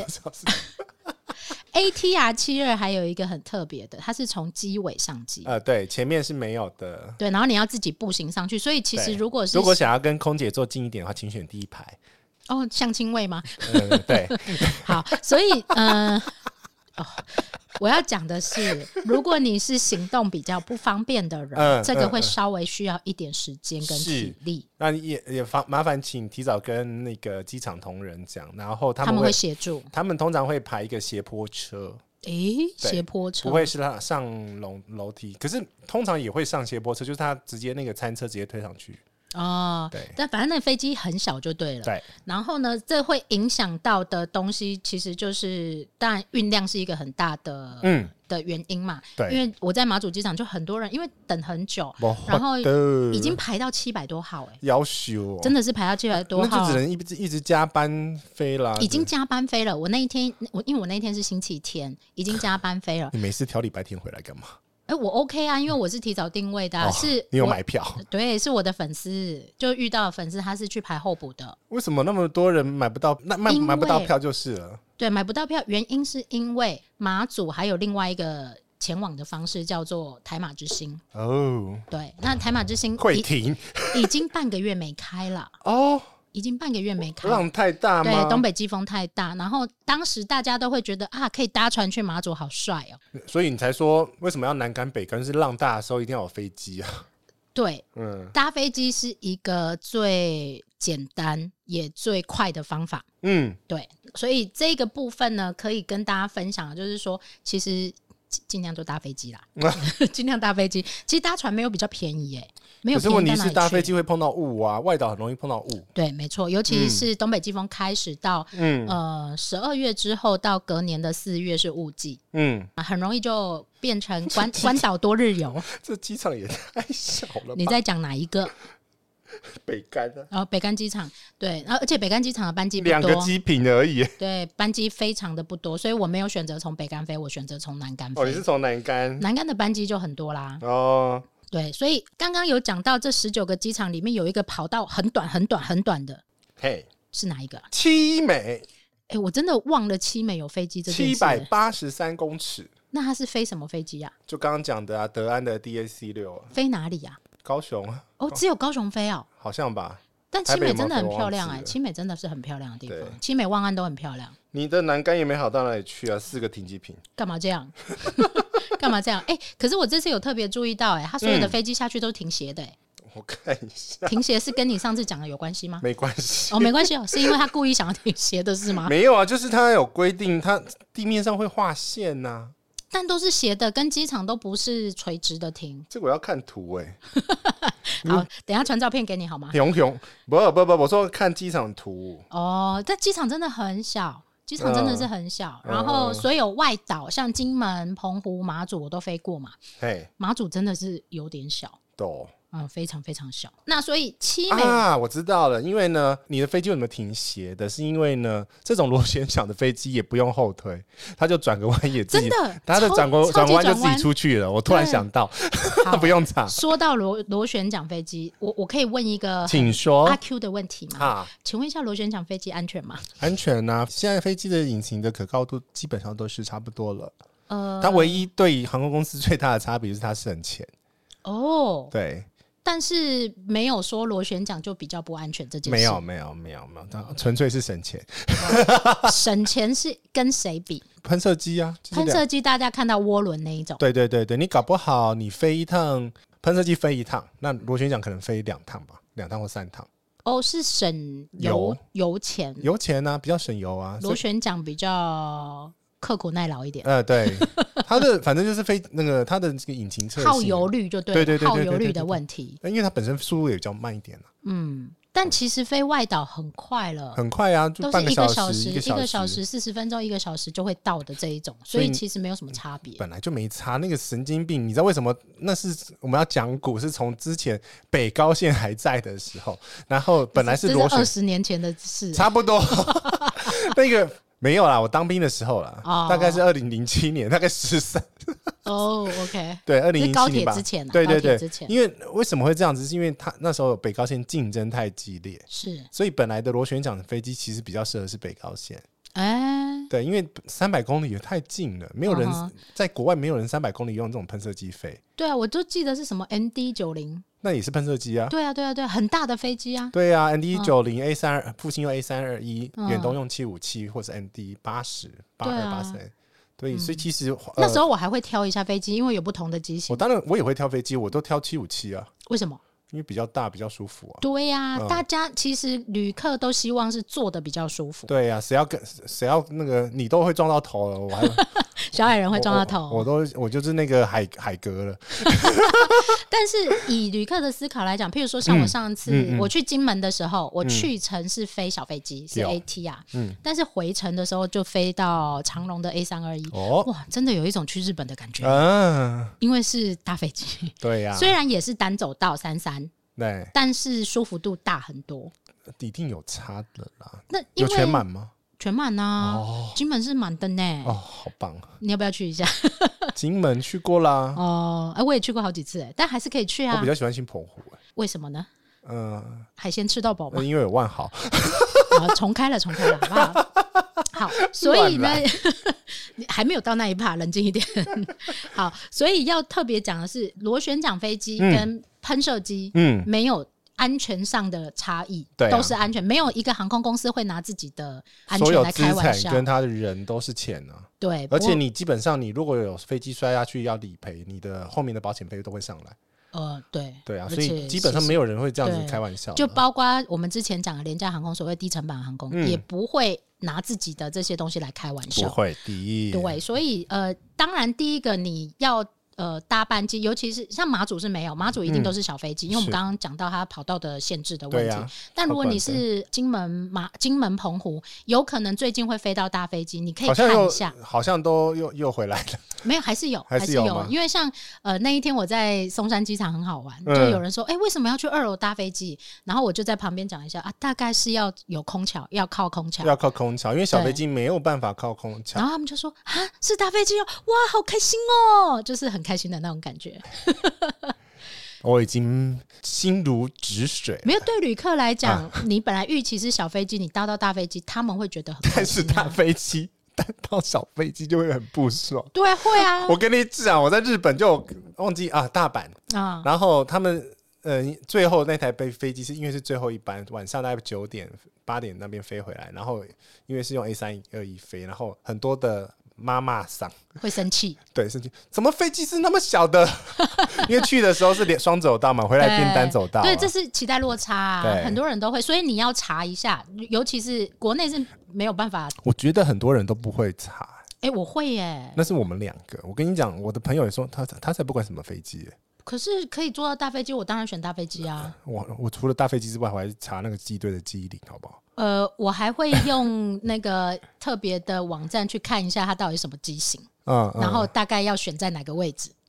A T R 七十二 还有一个很特别的，它是从机尾上机， 呃，对，前面是没有的， 对，然后你要自己步行上去，所以其实如果是如果想要跟空姐坐近一点的话，请选第一排。 哦，相亲位吗？ 嗯，对。 好，所以嗯、呃哦，我要讲的是，如果你是行动比较不方便的人，嗯、这个会稍微需要一点时间跟体力。 那你也也麻烦请提早跟那个机场同仁讲，然后他们 会, 他们会协助， 他们通常会排一个斜坡车。 诶，斜坡车不会是他上楼楼梯，可是通常也会上斜坡车，就是他直接那个餐车直接推上去。 哦，对，但反正那飞机很小就对了。 对， 然后呢，这会影响到的东西，其实就是当然运量是一个很大的嗯的原因嘛。对，因为我在马祖机场就很多人，因为等很久，然后已经排到七百多号、欸，哎， 要求、哦、 真的是排到七百多号， 那就只能一直一直加班飞啦。 已经加班飞了。我那一天，我因为我那一天是星期天，已经加班飞了。 你每次挑礼拜天回来干嘛？ 欸、我 OK 啊，因为我是提早定位的、啊哦，是你有买票？ 对，是我的粉丝，就遇到的粉丝，他是去排候补的。 为什么那么多人买不到？那买买不到票就是了。 对，买不到票，原因是因为马祖还有另外一个前往的方式，叫做台马之星。哦，对，那台马之星会停， 已经半个月没开了。哦。已经半个月没开， 浪太大吗？ 对，东北季风太大，然后当时大家都会觉得啊，可以搭船去马祖，好帅哦。 所以你才说为什么要南竿北竿？是浪大的时候一定要有飞机啊。 对，嗯，搭飞机是一个最简单也最快的方法。嗯，对，所以这个部分呢，可以跟大家分享的就是说，其实尽量就搭飞机啦，尽量搭飞机。其实搭船没有比较便宜耶、欸。没有，可是问题是搭飞机会碰到雾啊，外岛很容易碰到雾。 对，没错，尤其是东北季风开始到、嗯、呃十二月之后，到隔年的四月是雾季，嗯，很容易就变成关关岛多日游。 这机场也太小了吧？ 你在讲哪一个？ 北竿啊， 然后北竿机场，对，而且北竿机场的班机不多，两个机坪而已， 对，班机非常的不多，所以我没有选择从北竿飞，我选择从南竿飞。 哦，你是从南竿？ 南竿的班机就很多啦。哦。对，所以刚刚有讲到这十九个机场里面有一个跑道很短很短很短的，嘿，是哪一个、啊？ 七美。 哎、欸，我真的忘了七美有飞机这件事。 七百八十三公尺。 那它是飞什么飞机啊？ 就刚刚讲的啊，德安的 D A C 六、啊。 飞哪里啊？ 高雄啊。 哦，只有高雄飞哦。 好像吧。 但七美真的很漂亮哎、欸，七美真的是很漂亮的地方，七美万安都很漂亮。 你的南竿也没好到哪里去啊，四个停机坪。 干嘛这样？干嘛这样？哎、欸，可是我这次有特别注意到、欸，哎，他所有的飞机下去都是停斜的、欸，哎、 嗯，我看一下， 停斜是跟你上次讲的有关系吗？ 没关系， 哦，没关系哦，是因为他故意想要停斜的是吗？ 没有啊，就是他有规定，他地面上会画线呐、啊， 但都是斜的，跟机场都不是垂直的停。 这个我要看图哎、 欸，好，等一下传照片给你好吗？ 熊熊，不不不，我说看机场图哦，但机场真的很小。机场真的是很小、嗯，然后所有外岛像金门、澎湖、马祖我都飞过嘛。嘿，马祖真的是有点小。 哦， 嗯，非常非常小。那所以七美啊，我知道了，因为呢，你的飞机为什么停斜的？是因为呢，这种螺旋桨的飞机也不用后推，它就转个弯也自己， 真的， 它的转个转弯就自己出去了。我突然想到，不用查。 说到螺螺旋桨飞机，我我可以问一个请说阿 Q 的问题吗？ 啊， 请问一下，螺旋桨飞机安全吗？ 安全啊，现在飞机的引擎的可靠度基本上都是差不多了。 呃， 它唯一对航空公司最大的差别就是它省钱。 哦， 对。 但是没有说螺旋桨就比较不安全这件事， 没有没有没有没有，它纯粹是省钱。 省钱是跟谁比？ 喷射机啊，就是、 喷射机大家看到涡轮那一种。 对对对对，你搞不好你飞一趟，喷射机飞一趟，那螺旋桨可能飞两趟吧，两趟或三趟。 哦，是省油油钱， 油钱啊，比较省油啊。 螺旋桨比较刻苦耐劳一点。 呃，对，它的反正就是飞那个它的这个引擎侧耗油率就对了， 对对对对耗油率的问题。 因为它本身速度也比较慢一点、啊、 嗯，但其实飞外岛很快了， 很快啊，就半个小时， 一个小时四十分钟，一个小时就会到的这一种，所以其实没有什么差别。 本来就没差，那个神经病，你知道为什么？那是我们要讲古，是从之前北高线还在的时候，然后本来是螺旋， 二十年前的事， 差不多。那个。没有啦，我当兵的时候啦，哦、大概是二零零七年，大概十三。 哦 ，OK， 对，二零零七年吧， 高铁之前、啊， 对对对，因为为什么会这样子？是因为它那时候北高线竞争太激烈， 是， 所以本来的螺旋桨的飞机其实比较适合是北高线。 哎， 对，因为三百公里也太近了，没有人、uh-huh. 在国外没有人三百公里用这种喷射机飞。 对啊，我就记得是什么 N D 九十。 那也是喷射机啊， 对啊，对啊，对啊，很大的飞机啊， 对啊 ，N D 九十、A 三二，复兴用 A 三二一，远东用七五七或者 N D 八十、八二、八三，对，所以其实、呃、 那时候我还会挑一下飞机，因为有不同的机型。 我当然我也会挑飞机，我都挑七五七啊。 为什么？ 因为比较大，比较舒服啊。 对呀、啊嗯，大家其实旅客都希望是坐的比较舒服。 对呀、啊，谁要跟谁要那个，你都会撞到头了，我还小矮人会撞到头， 我, 我都我就是那个海海格了。 但是以旅客的思考来讲，譬如说像我上次、嗯嗯嗯、我去金门的时候，我去程是飞小飞机、嗯、是 A T 啊、嗯，但是回程的时候就飞到长荣的 A 三二一，哦，哇，真的有一种去日本的感觉啊，因为是大飞机， 对呀、啊， 虽然也是单走道三三。 对， 但是舒服度大很多， 一定有差的啦。 那有全满吗？ 全满啊、哦，金门是满的呢。 哦，好棒！ 你要不要去一下？ 金门去过啦。 哦，哎，我也去过好几次，哎，但还是可以去啊。 我比较喜欢新澎湖， 为什么呢？ 嗯、呃， 海鲜吃到饱吗？ 因为有万豪。 啊，重开了，重开了，好不好？好，所以呢，还没有到那一趴，冷静一点。好，所以要特别讲的是，螺旋桨飞机跟喷射机，嗯，没有安全上的差异，嗯、都是安全，没有一个航空公司会拿自己的安全来开玩笑。 所有资产跟他的人都是钱啊， 对， 而且你基本上，你如果有飞机摔下去要理赔，你的后面的保险费都会上来。 呃，对， 对啊，所以基本上没有人会这样子开玩笑， 就包括我们之前讲的廉价航空，所谓低成本航空、嗯，也不会拿自己的这些东西来开玩笑， 不会。第一， 对，所以呃，当然第一个你要。呃，搭班机，尤其是像马祖是没有，马祖一定都是小飞机、嗯，因为我们刚刚讲到它跑道的限制的问题。啊、但如果你是金门马、金门澎湖，有可能最近会飞到大飞机，你可以看一下。 好像都又又回来了。 没有，还是有， 还是有， 有因为像呃那一天我在松山机场很好玩，嗯、就有人说，哎、欸，为什么要去二楼搭飞机？然后我就在旁边讲一下啊，大概是要有空桥，要靠空桥， 要靠空桥，因为小飞机没有办法靠空桥。 然后他们就说啊，是大飞机哦，哇，好开心哦，就是很开心的那种感觉。 我已经心如止水。 没有，对旅客来讲、啊，你本来预期是小飞机，你搭到大飞机，他们会觉得很开心、啊。 但是大飞机搭到小飞机就会很不爽。 对啊，会啊。 我跟你讲，我在日本就忘记啊，大阪啊，然后他们呃最后那台飞飞机是因为是最后一班，晚上大概九点八点那边飞回来，然后因为是用 A 三二一飞，然后很多的。妈妈桑会生气， 对，生气。怎么飞机是那么小的？因为去的时候是连双走道嘛，回来变单走道、啊。 对，这是期待落差、啊，很多人都会，所以你要查一下，尤其是国内是没有办法。 我觉得很多人都不会查。 哎、欸，我会耶、欸。 那是我们两个。我跟你讲，我的朋友也说他他才不管什么飞机、欸。 可是可以坐到大飞机，我当然选大飞机啊。 我我除了大飞机之外，我还是查那个机队的机龄，好不好？ 呃，我还会用那个特别的网站去看一下它到底什么机型，嗯，然后大概要选在哪个位置。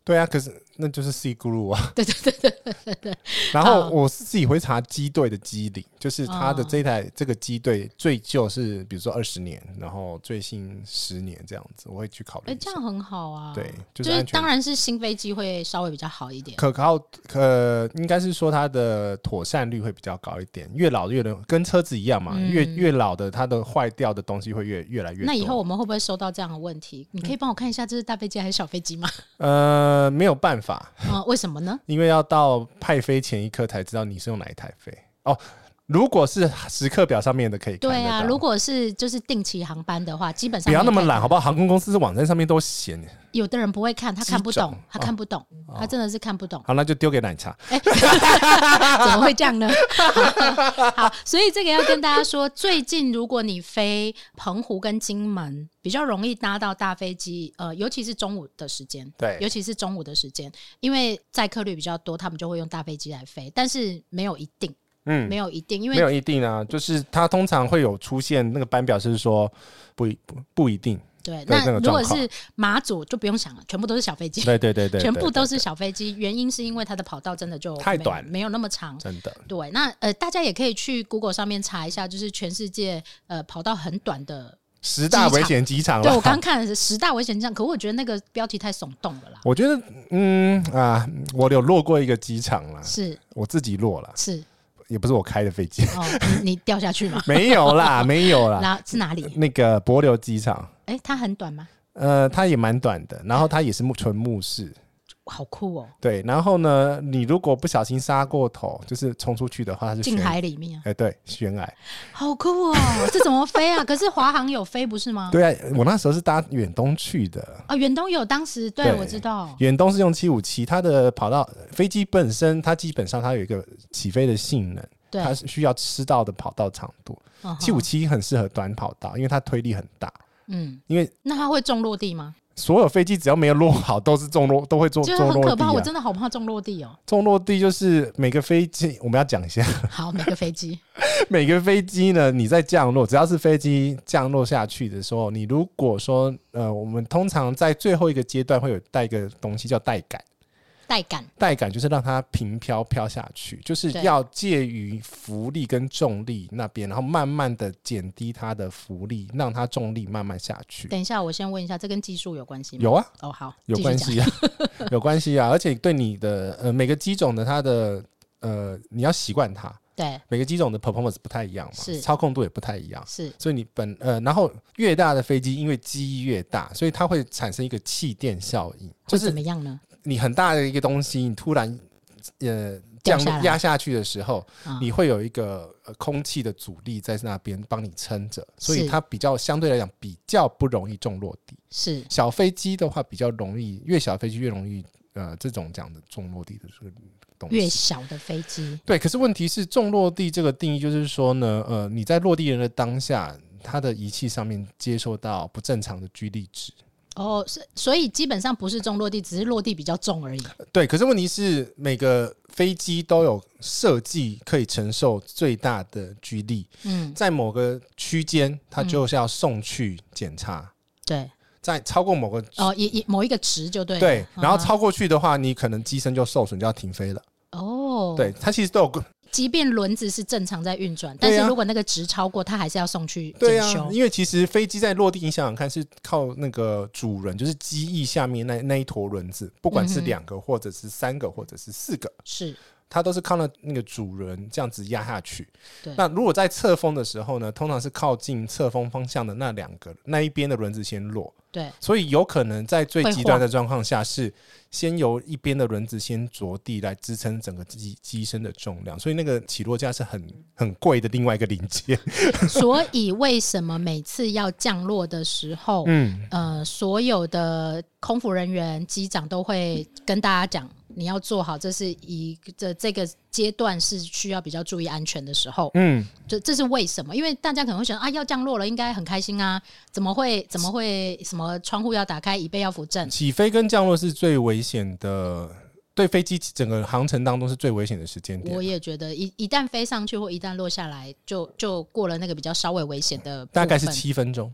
对啊，可是那就是 C group 啊。 对对对对对对。 然后我是自己会查机队的机龄，就是他的这台、哦、这个机队最旧是比如说二十年，然后最新十年这样子，我会去考虑。哎、 欸，这样很好啊。 对，就是安全。 就是当然是新飞机会稍微比较好一点， 可靠，可应该是说它的妥善率会比较高一点。越老越能跟车子一样嘛，嗯、越越老的它的坏掉的东西会越越来越多。 那以后我们会不会收到这样的问题？你可以帮我看一下这是大飞机还是小飞机吗？ 呃，没有办法。 呃，为什么呢？ 因为要到派飞前一刻才知道你是用哪一台飞哦。如果是时刻表上面的可以看得到。 对啊，如果是就是定期航班的话，基本上不要那么懒好不好？航空公司网站上面都写。 有的人不会看，他看不懂，他看不懂，哦、他真的是看不懂。 好，那就丢给奶茶。欸、 怎么会这样呢？好，所以这个要跟大家说，最近如果你飞澎湖跟金门，比较容易搭到大飞机，呃，尤其是中午的时间， 对， 尤其是中午的时间，因为载客率比较多，他们就会用大飞机来飞，但是没有一定。嗯，没有一定，因为没有一定啊，就是它通常会有出现那个班表，是说不不不一定。 对，那如果是马祖就不用想了，全部都是小飞机。 对对对 对, 对， 全部都是小飞机。原因是因为它的跑道真的就太短， 没有那么长。 真的。 对，那呃，大家也可以去 Google 上面查一下，就是全世界呃跑道很短的十大危险机场。 对，我刚刚看的是十大危险机场，可我觉得那个标题太耸动了啦。 我觉得，嗯啊，我有落过一个机场啦， 是我自己落了， 是。 也不是我开的飞机。 哦，你, 你掉下去吗？ 没有啦，没有啦。 那是哪里？ 那个帛琉机场。 哎、欸，它很短吗？ 呃，它也蛮短的，然后它也是纯目视。 好酷哦。 对，然后呢，你如果不小心杀过头，就是冲出去的话，它是进海里面。 哎、欸，对，悬崖。 好酷哦，这怎么飞啊？可是华航有飞不是吗？ 对啊，我那时候是搭远东去的。 啊，远东有，当时 对, 对我知道。 远东是用七五七，它的跑道飞机本身，它基本上它有一个起飞的性能。它是需要吃到的跑道长度，七五七很适合短跑道，因为它推力很大。嗯，因为那它会重落地吗？ 所有飞机只要没有落好，都是重落，都会重落地、啊。就很可怕，我真的好怕重落地哦。 重落地就是每个飞机，我们要讲一下。 好，每个飞机， 每个飞机呢，你在降落，只要是飞机降落下去的时候，你如果说呃，我们通常在最后一个阶段会有带一个东西叫带杆。 带杆， 带杆就是让它平飘飘下去，就是要介于浮力跟重力那边，然后慢慢的减低它的浮力，让它重力慢慢下去。 等一下，我先问一下，这跟技术有关系吗？ 有啊， 哦，好， 有关系啊，有关系啊，而且对你的呃每个机种的它的呃你要习惯它。 对， 每个机种的 performance 不太一样嘛， 是操控度也不太一样， 是， 所以你本呃，然后越大的飞机，因为机翼越大，所以它会产生一个气垫效应，就是怎么样呢？ 你很大的一个东西，你突然呃降压下去的时候，嗯、你会有一个、呃、空气的阻力在那边帮你撑着，所以它比较相对来讲比较不容易重落地。 是小飞机的话比较容易，越小飞机越容易呃这种讲的重落地的这个。 越小的飞机， 对，可是问题是重落地这个定义就是说呢，呃，你在落地人的当下，它的仪器上面接受到不正常的居力值。 哦，所以基本上不是重落地，只是落地比较重而已。 对，可是问题是每个飞机都有设计可以承受最大的居力，嗯，在某个区间，它就是要送去检查。嗯、对。在超过某个哦，也也某一个值就对了。 对，然后超过去的话，你可能机身就受损，就要停飞了。哦，对，它其实都有个， 即便轮子是正常在运转，但是如果那个值超过，它还是要送去检修。 对啊，因为其实飞机在落地，你想想看，是靠那个主轮，就是机翼下面那那一坨轮子，不管是两个，或者是三个，或者是四个， 是。 它都是靠那那个主轮这样子压下去。那如果在侧风的时候呢，通常是靠近侧风方向的那两个那一边的轮子先落。 对， 所以有可能在最极端的状况下是先由一边的轮子先着地来支撑整个机机身的重量，所以那个起落架是很很贵的另外一个零件。 所以为什么每次要降落的时候，嗯呃，所有的空服人员、机长都会跟大家讲，你要做好，这是一这这个阶段是需要比较注意安全的时候。嗯，这这是为什么？因为大家可能会想啊，要降落了，应该很开心啊，怎么会怎么会什么窗户要打开，椅背要扶正？ 起飞跟降落是最危险的，对飞机整个航程当中是最危险的时间点。 我也觉得一，一旦飞上去或一旦落下来，就就过了那个比较稍微危险的部分， 大概是七分钟。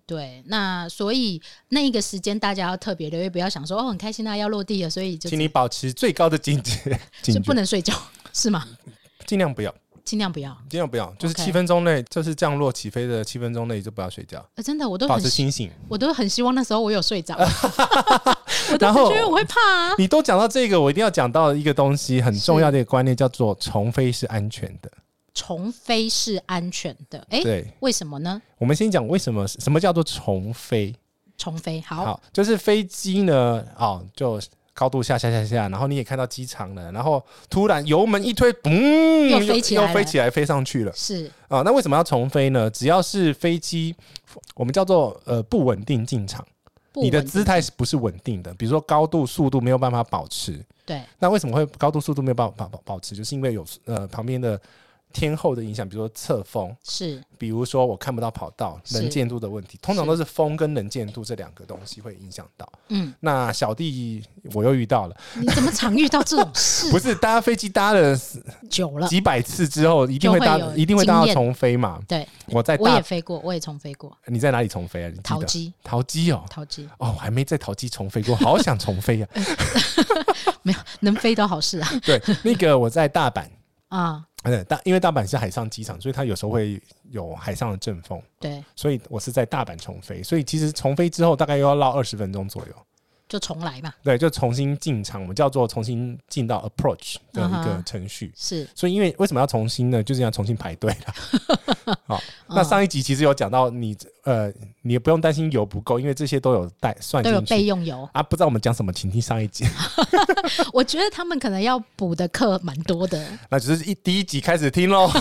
对，那所以那一个时间大家要特别留意，不要想说哦很开心啊要落地了，所以就请你保持最高的警觉， 就不能睡觉是吗？ 尽量不要。 尽量不要， 尽量不要，就是七分钟内， okay. 就是降落起飞的七分钟内就不要睡觉。 呃、真的，我都保持清醒， 我都很希望那时候我有睡着，我都觉得我会怕啊。 你都讲到这个，我一定要讲到一个东西，很重要的一个观念，叫做重飞是安全的。 重飞是安全的，哎、欸， 对， 为什么呢？ 我们先讲为什么，什么叫做重飞？ 重飞，好， 好，就是飞机呢，哦，就。高度下下下下，然后你也看到机场了，然后突然油门一推，嘣， 又飞起来了， 又飞起来，飞上去了。 是啊，那为什么要重飞呢？只要是飞机，我们叫做呃不稳定进场，你的姿态是不是稳定的？比如说高度、速度没有办法保持。 对。 那为什么会高度、速度没有办法保持？就是因为有呃旁边的天候的影响，比如说侧风， 是， 比如说我看不到跑道，能见度的问题，通常都是风跟能见度这两个东西会影响到。嗯，那小弟我又遇到了， 你怎么常遇到这种事、啊？ 不是搭飞机搭了久了几百次之后，一定会搭，一定会搭到重飞嘛？ 对， 我在我也飞过，我也重飞过。 你在哪里重飞啊？你桃机， 桃机哦， 桃机哦，我还没在桃机重飞过，好想重飞啊！ 没有，能飞都好事啊。 对，那个我在大阪啊。 大因为大阪是海上机场，所以它有时候会有海上的阵风， 对，所以我是在大阪重飞，所以其实重飞之后大概又要绕二十分钟左右， 就重来嘛。 对，就重新进场，我们叫做重新进到 approach 的一个程序。Uh-huh, 是， 所以因为为什么要重新呢？就是要重新排队了。好，那上一集其实有讲到你呃，你也不用担心油不够，因为这些都有带算进去， 都有备用油啊。不知道我们讲什么，请听上一集。 我觉得他们可能要补的课蛮多的， 那只是一第一集开始听咯。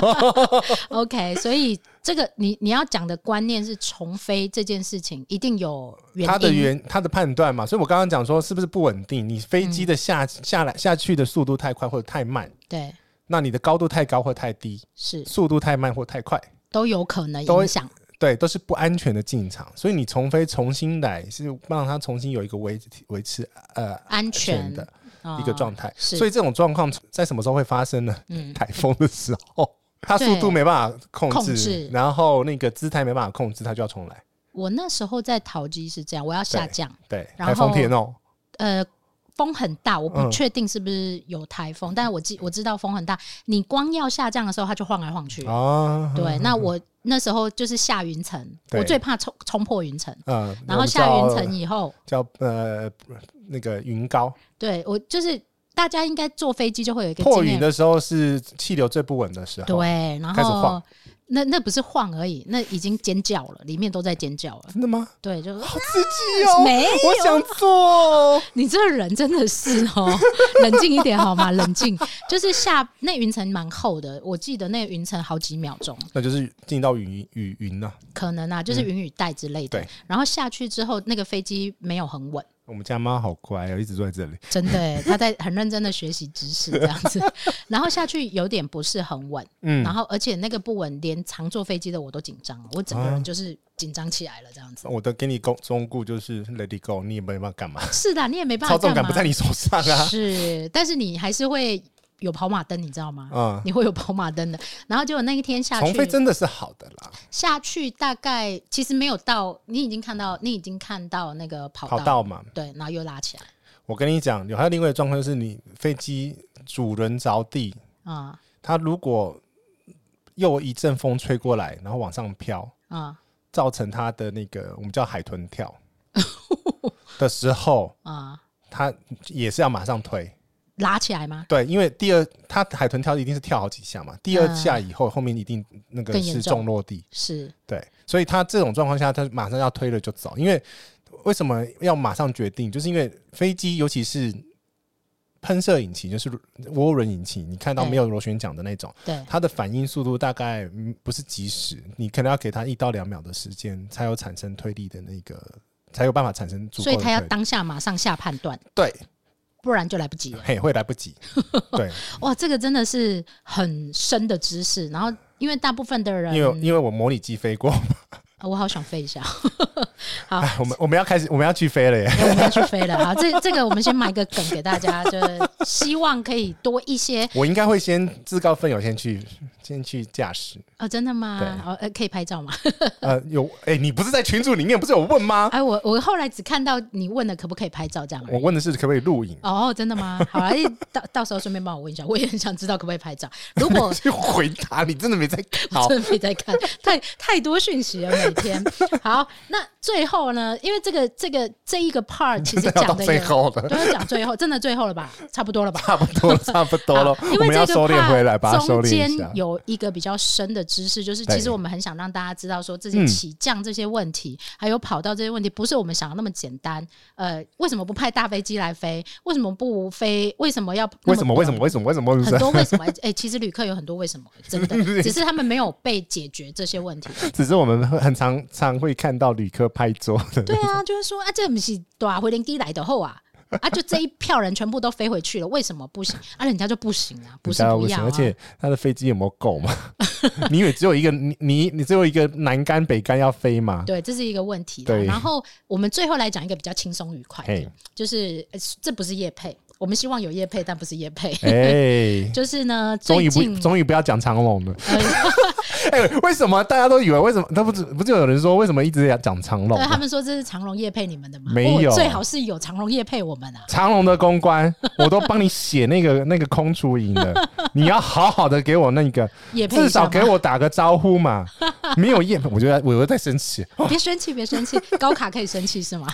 OK， 所以这个你你要讲的观念是重飞这件事情一定有原因， 他的原他的判断嘛。所以我刚刚讲说是不是不稳定？你飞机的下、嗯、下来下去的速度太快或者太慢， 对， 那你的高度太高或太低， 是速度太慢或太快， 都有可能影响。 对，都是不安全的进场，所以你重飞重新来是让它重新有一个维维持呃安全的一个状态、哦。 所以这种状况在什么时候会发生呢？嗯、台风的时候，它速度没办法控 制, 控制，然后那个姿态没办法控制，它就要重来。 我那时候在桃机是这样，我要下降， 对，对台风天哦， 呃。风很大，我不确定是不是有台风、嗯，但是我记我知道风很大。你光要下降的时候，它就晃来晃去。哦，对，那我那时候就是下云层，我最怕冲冲破云层。嗯，然后下云层以后叫呃那个云高。 对，我就是大家应该坐飞机就会有一个破云的时候是气流最不稳的时候。 对，然后开始晃。 那那不是晃而已，那已经尖叫了，里面都在尖叫了。 真的吗？ 对，就好刺激哦！ 没有， 我想做。 你这个人真的是哦，冷静一点好吗？冷静。就是下那云层蛮厚的，我记得那云层好几秒钟。 那就是进到雨雨云了、啊。 可能啊，就是云雨带之类的、嗯。对。然后下去之后，那个飞机没有很稳。 我们家猫好乖哦，一直坐在这里。 真的耶，他在很认真的学习知识这样子，然后下去有点不是很稳，嗯，然后而且那个不稳，连常坐飞机的我都紧张，我整个人就是紧张起来了这样子。 啊、我的给你忠告就是 let it go， 你也没办法干嘛。 是的，你也没办法干嘛， 操纵感不在你手上啊。 是，但是你还是会。有跑马灯你知道吗、嗯、你会有跑马灯的，然后结果那一天下去重飞真的是好的啦， 下去大概其实没有到，你已经看到你已经看到那个跑道, 跑道嘛， 对，然后又拉起来。 我跟你讲，有还有另外一个状况，就是你飞机主人着地啊、嗯，它如果又一阵风吹过来，然后往上飘啊、嗯，造成它的那个我们叫海豚跳的时候啊、嗯，它也是要马上推。 拉起来吗？ 对，因为第二它海豚跳一定是跳好几下嘛，第二下以后、嗯、后面一定那个是重落地， 是对， 所以它这种状况下，它马上要推了就走。因为为什么要马上决定？就是因为飞机尤其是喷射引擎，就是涡轮引擎，你看到没有螺旋桨的那种，对，它的反应速度大概不是即时，你可能要给它一到两秒的时间，才有产生推力的那个，才有办法产生足够的推力， 所以它要当下马上下判断。 对。 不然就来不及了， 嘿，会来不及。对， 哇，这个真的是很深的知识。然后，因为大部分的人， 因为因为我模拟机飞过嘛， 我好想飞一下。好， 我们我们要开始，我们要去飞了耶！ 我们要去飞了。好，这这个我们先埋个梗给大家，就是希望可以多一些。 我应该会先自告奋勇先去今天去驾驶。 哦，真的吗？ 对， 哦，呃，可以拍照吗？ 呃，有，哎、欸，你不是在群组里面不是有问吗？ 哎，我我后来只看到你问的可不可以拍照这样。 我问的是可不可以录影。 哦，真的吗？好了，到到时候顺便帮我问一下，我也很想知道可不可以拍照。如果去回答，你真的没在看？ 我真的没在看，太太多讯息了每天。好，那最后呢？因为这个这个这一个 part 其实讲的最后了， 都要讲最后，真的最后了吧？差不多了吧？ 差不多，差不多了。 因为这个 part 中间一下有一个比较深的知识，就是其实我们很想让大家知道说，这些起降这些问题，嗯、还有跑道这些问题，不是我们想的那么简单。呃，为什么不派大飞机来飞？为什么不飞？为什么要？ 为什么？为什么？为什么？为什么？ 很多为什么？哎、欸，其实旅客有很多为什么，真的，只是他们没有被解决这些问题。 只是我们很常常会看到旅客拍桌的。 对啊，就是说啊，这不是大回零机来的后啊。啊！就这一票人全部都飞回去了，为什么不行？啊，人家就不行啊，不是不要、啊。 而且他的飞机有没有够嘛？你以为只有一个你你你只有一个南竿北竿要飞吗？ 对，这是一个问题的。然后我们最后来讲一个比较轻松愉快的，就是这不是业配。我们希望有业配，但不是业配。哎、欸，就是呢， 终于不终于不要讲长荣了。哎、欸，为什么大家都以为为什么？他不是不是有人说为什么一直在讲长荣？ 对，他们说这是长荣业配你们的吗？ 没有， 最好是有长荣业配我们啊。 长荣的公关，我都帮你写那个那个空出营的，你要好好的给我那个业配，至少给我打个招呼嘛。没有业配，我觉得我又在生气。 别生气，别生气，高卡可以生气是吗？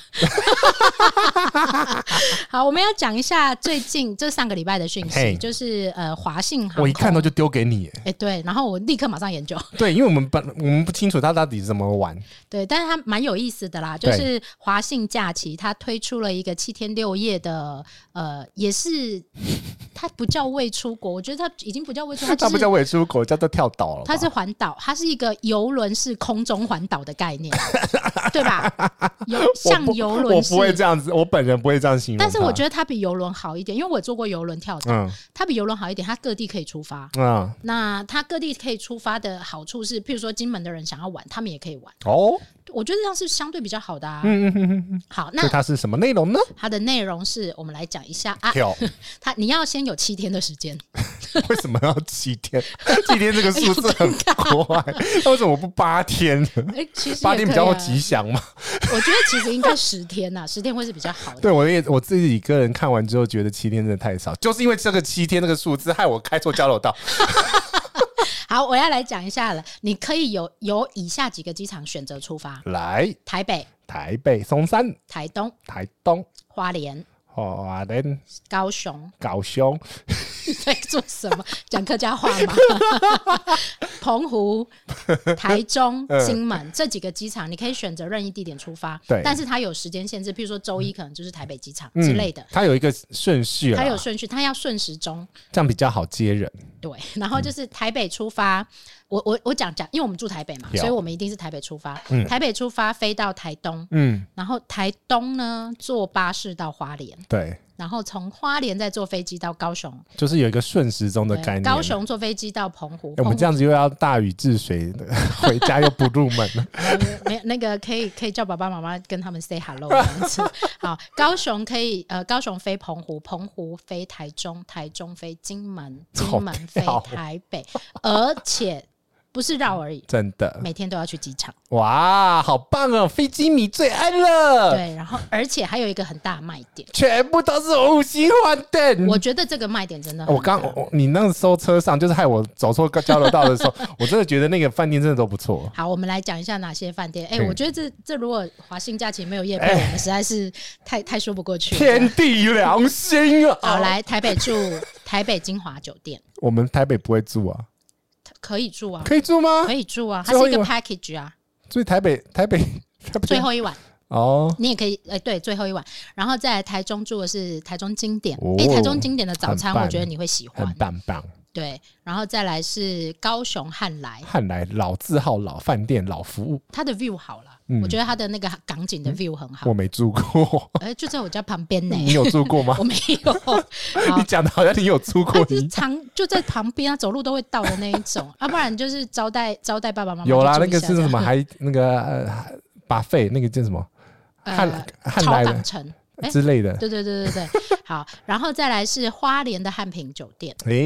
好，我们要讲一下。最近这上个礼拜的讯息， hey, 就是呃，华信航空， 我一看到就丢给你， 哎、欸，对，然后我立刻马上研究， 对，因为我们不我们不清楚它到底怎么玩， 对，但是它蛮有意思的啦，就是华信假期它推出了一个七天六夜的，呃，也是它不叫未出国，我觉得它已经不叫未出国， 它不叫未出国，叫做跳岛了， 它是环岛，它是一个邮轮式空中环岛的概念，对吧？有像邮轮， 我不会这样子，我本人不会这样形容， 但是我觉得它比邮轮好一点，因为我坐过邮轮跳岛、嗯，它比邮轮好一点，它各地可以出发。嗯，那它各地可以出发的好处是，譬如说金门的人想要玩，他们也可以玩。哦，我觉得这样是相对比较好的啊。嗯嗯嗯嗯。好，那它是什么内容呢？ 它的内容是我们来讲一下啊。它你要先有七天的时间。 为什么要七天？七天这个数字很怪，那为什么不八天？哎，其实八天比较吉祥嘛。 我觉得其实应该十天呐、啊，十天会是比较好的。 对，我也我自己个人看完之后觉得七天真的太少，就是因为这个七天这个数字害我开错交流道。 好，我要来讲一下了。你可以有有以下几个机场选择出发： 来台北、 台北松山、 台东、 台东、 花莲、 花莲、 高雄、 高雄。 你在做什么？讲客家话吗？澎湖、台中、金门、嗯、这几个机场，你可以选择任意地点出发，对，但是它有时间限制，譬如说周一可能就是台北机场之类的。 嗯、它有一个顺序， 它有顺序，它要顺时钟， 这样比较好接人。 对，然后就是台北出发，嗯、我我我讲讲，因为我们住台北嘛，所以我们一定是台北出发。嗯、台北出发飞到台东，嗯，然后台东呢坐巴士到花莲， 对。 然后从花莲再坐飞机到高雄， 就是有一个顺时钟的概念。 高雄坐飞机到澎湖， 欸、我们这样子又要大禹治水，回家又不入门了。 没那个可以可以叫爸爸妈妈跟他们 say hello 这样子。好，高雄可以呃，高雄飞澎湖，澎湖飞台中，台中飞金门，金门飞台北，而且。不是绕而已， 真的， 每天都要去机场。 哇，好棒哦！飞机迷最爱了。 对，然后而且还有一个很大的卖点， 全部都是五星饭店。 我觉得这个卖点真的很， 我刚你那时候车上就是害我走错交流道的时候，我真的觉得那个饭店真的都不错。 好，我们来讲一下哪些饭店。哎、欸，我觉得这这如果华信假期没有业配、欸，我们实在是太太说不过去了。 天地良心啊！ 好，来台北住台北金华酒店。 我们台北不会住啊。 可以住啊， 可以住吗？ 可以住啊，它是一个 package 啊。 所以台北台北最后一晚哦， 你也可以哎、欸，对，最后一晚，然后再来台中住的是台中经典，哎、哦欸，台中经典的早餐我觉得你会喜欢， 很棒棒。 对，然后再来是高雄汉来， 汉来老字号、老饭店、老服务， 它的 view 好了。嗯、我觉得它的那个港景的 view 很好。 我没住过， 哎、欸，就在我家旁边呢、欸。 你有住过吗？ 我没有。 你讲的好像你有住过， 就是常就在旁边啊，走路都会到的那一种，要、啊、不然就是招待招待爸爸妈妈。 有啦，那个是什么？还那个呃，buffet 那个叫什么？汉、 呃、 汉来的超港城。 之类的， 对对对对对，好，然后再来是花莲的汉品酒店， 哎、欸，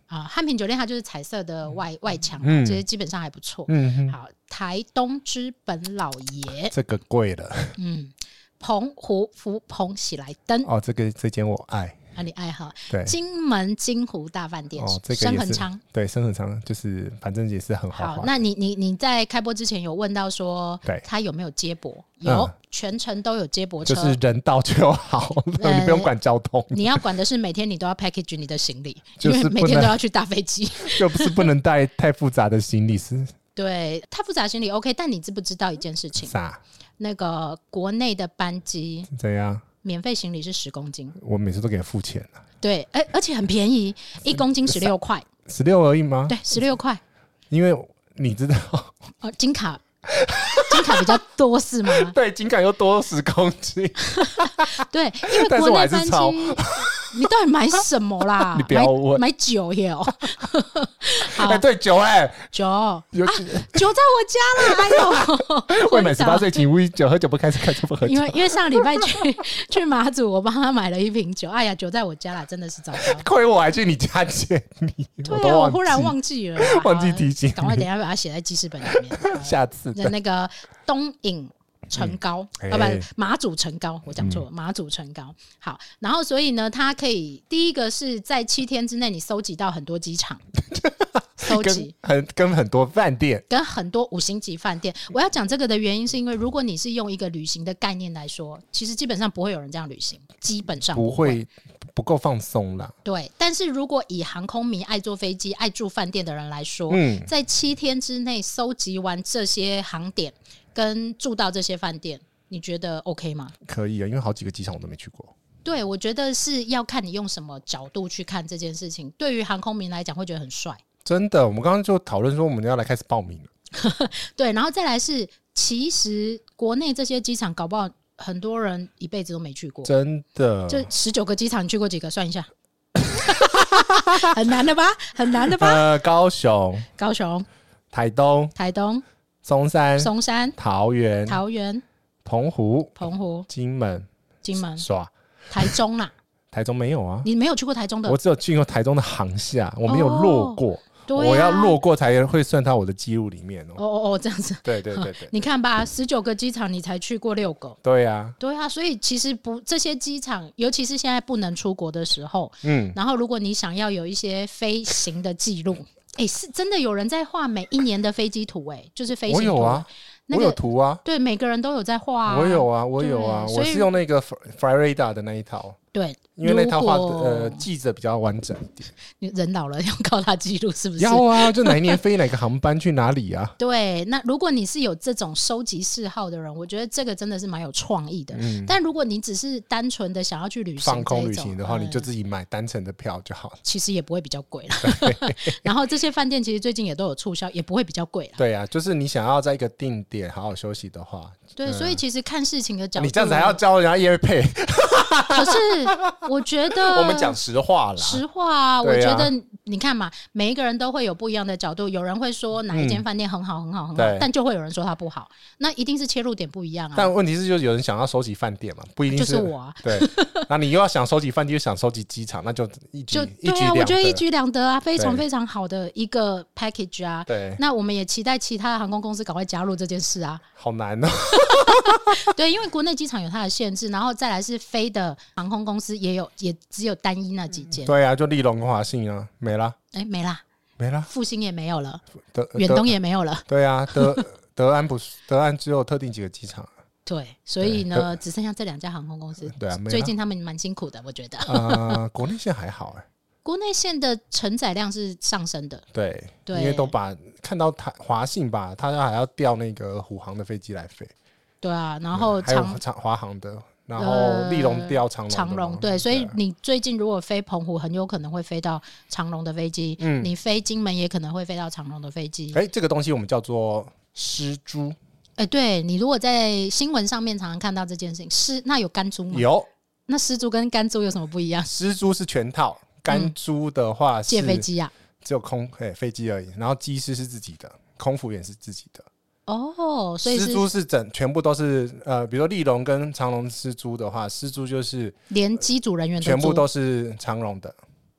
啊，汉品酒店它就是彩色的外外墙， 嗯， 其实基本上还不错。 嗯， 好，台东之本老爷， 这个贵了。 嗯，澎湖福朋喜来登， 哦，这个这间我爱。 啊，你爱哈？ 对， 金门金湖大饭店， 哦，这个深恒昌， 对，深恒昌就是反正也是很豪华。 好，那你你你在开播之前有问到说，对，他有没有接驳？有，嗯、全程都有接驳车， 就是人到就好了，呃、你不用管交通。 你要管的是每天你都要 package 你的行李，就是因为每天都要去搭飞机， 就不是不能带太复杂的行李是。 对，太复杂行李 OK， 但你知不知道一件事情？ 啥？ 那个国内的班机怎样？ 免费行李是十公斤， 我每次都给他付钱了。 对，而而且很便宜，一公斤十六块， 十六而已吗？ 对，十六块。 因为你知道， 哦，金卡，金卡比较多是吗？ 对，金卡又多十公斤。 对，因为国内班机，你到底买什么啦？ 你不要问， 买酒耶哦。 哎，对，酒哎， 酒啊，酒在我家啦！哎呦， 未满十八岁请勿饮酒，喝酒不开车，开车不喝酒。 因为因为上礼拜去去马祖，我帮他买了一瓶酒。哎呀，酒在我家啦，真的是糟糕。 亏我还去你家借你， 对啊，我忽然忘记了， 忘记提醒， 赶快等一下把它写在记事本里面。 下次的那个东引陈高，嗯、啊不，马祖陈高，我讲错了，嗯、马祖陈高。好，然后所以呢，它可以第一个是在七天之内，你搜集到很多机场，搜集很跟很多饭店， 跟很多五星级饭店。我要讲这个的原因是因为，如果你是用一个旅行的概念来说，其实基本上不会有人这样旅行，基本上不会。 不会不够放松啦。 对，但是如果以航空迷、爱坐飞机、爱住饭店的人来说，嗯、在七天之内搜集完这些航点跟住到这些饭店，你觉得 OK 吗？ 可以啊，因为好几个机场我都没去过。 对，我觉得是要看你用什么角度去看这件事情。对于航空迷来讲，会觉得很帅。 真的，我们刚刚就讨论说我们要来开始报名了。 对，然后再来是，其实国内这些机场搞不好很多人一辈子都没去过。 真的， 就十九个机场，你去过几个？算一下。很难的吧？很难的吧？ 呃，高雄、 高雄、 台东、 台东、 松山、 松山、 桃园、 桃园、 澎湖、 澎湖、 金门、 金门、 耍、 台中啦。 台中没有啊？ 你没有去过台中的？ 我只有去过台中的航厦，我没有落过。哦啊、 我要落过才会算到我的记录里面哦。 哦哦哦，这样子。 对对对对， 你看吧，十九个机场你才去过六个。 对啊， 对啊，所以其实不，这些机场，尤其是现在不能出国的时候，嗯，然后如果你想要有一些飞行的记录，哎，是真的有人在画每一年的飞机图，哎，就是飞行图。 我有啊。那个、我有图啊， 对，每个人都有在画、啊。 我有啊，我有啊，我是用那个 Flyrida 的那一套。 对， 因为那套画呃记着比较完整一点。 你人老了要靠它记录是不是？ 要啊，就哪一年飞哪个航班去哪里啊？ 对，那如果你是有这种收集嗜好的人，我觉得这个真的是蛮有创意的。嗯、但如果你只是单纯的想要去旅行放空旅行的话，嗯、你就自己买单程的票就好了。 其实也不会比较贵了。然后这些饭店其实最近也都有促销，也不会比较贵了。 对啊，就是你想要在一个定点好好休息的话， 对，嗯、所以其实看事情的角度， 你这样子还要教人家业配。 可是我觉得我们讲实话啦， 实话啊，啊我觉得你看嘛，每一个人都会有不一样的角度，有人会说哪一间饭店很好很好很好，嗯、但就会有人说它不好，那一定是切入点不一样啊。 但问题是，就是有人想要收集饭店嘛，不一定是就是我啊。 对，那你又要想收集饭店，又想收集机场，那就一举就一举两得。 对啊，我觉得一举两得啊，非常非常好的一个 package 啊。 对， 那我们也期待其他的航空公司赶快加入这件事啊。 好难哦。 对，因为国内机场有它的限制，然后再来是飞的航空公司也有，也只有单一那几间。 对啊，就立荣、华信啊，没啦。 哎，没啦， 没啦。 复兴也没有了， 德远东也没有了。 对啊，德德安不是德安只有特定几个机场。 对，所以呢，只剩下这两家航空公司。 对啊， 最近他们蛮辛苦的，我觉得。 呃，国内线还好哎、欸。 国内线的承载量是上升的。 对， 对， 因为都把看到台华信吧，他还要调那个虎航的飞机来飞。 对啊，然后长还有长华航的，然后立荣调长荣。 长荣对，所以你最近如果飞澎湖，很有可能会飞到长荣的飞机。嗯，你飞金门也可能会飞到长荣的飞机。 哎，这个东西我们叫做狮猪。 哎，对，你如果在新闻上面常常看到这件事情，狮那有干猪吗？ 有。 那狮猪跟干猪有什么不一样？ 狮猪是全套，干猪的话是借飞机啊， 只有空哎飞机而已，然后机师是自己的，空服员是自己的。 哦，所以狮猪是整全部都是呃，比如说立荣跟长荣狮猪的话，狮猪就是连机组人员都全部都是长荣的。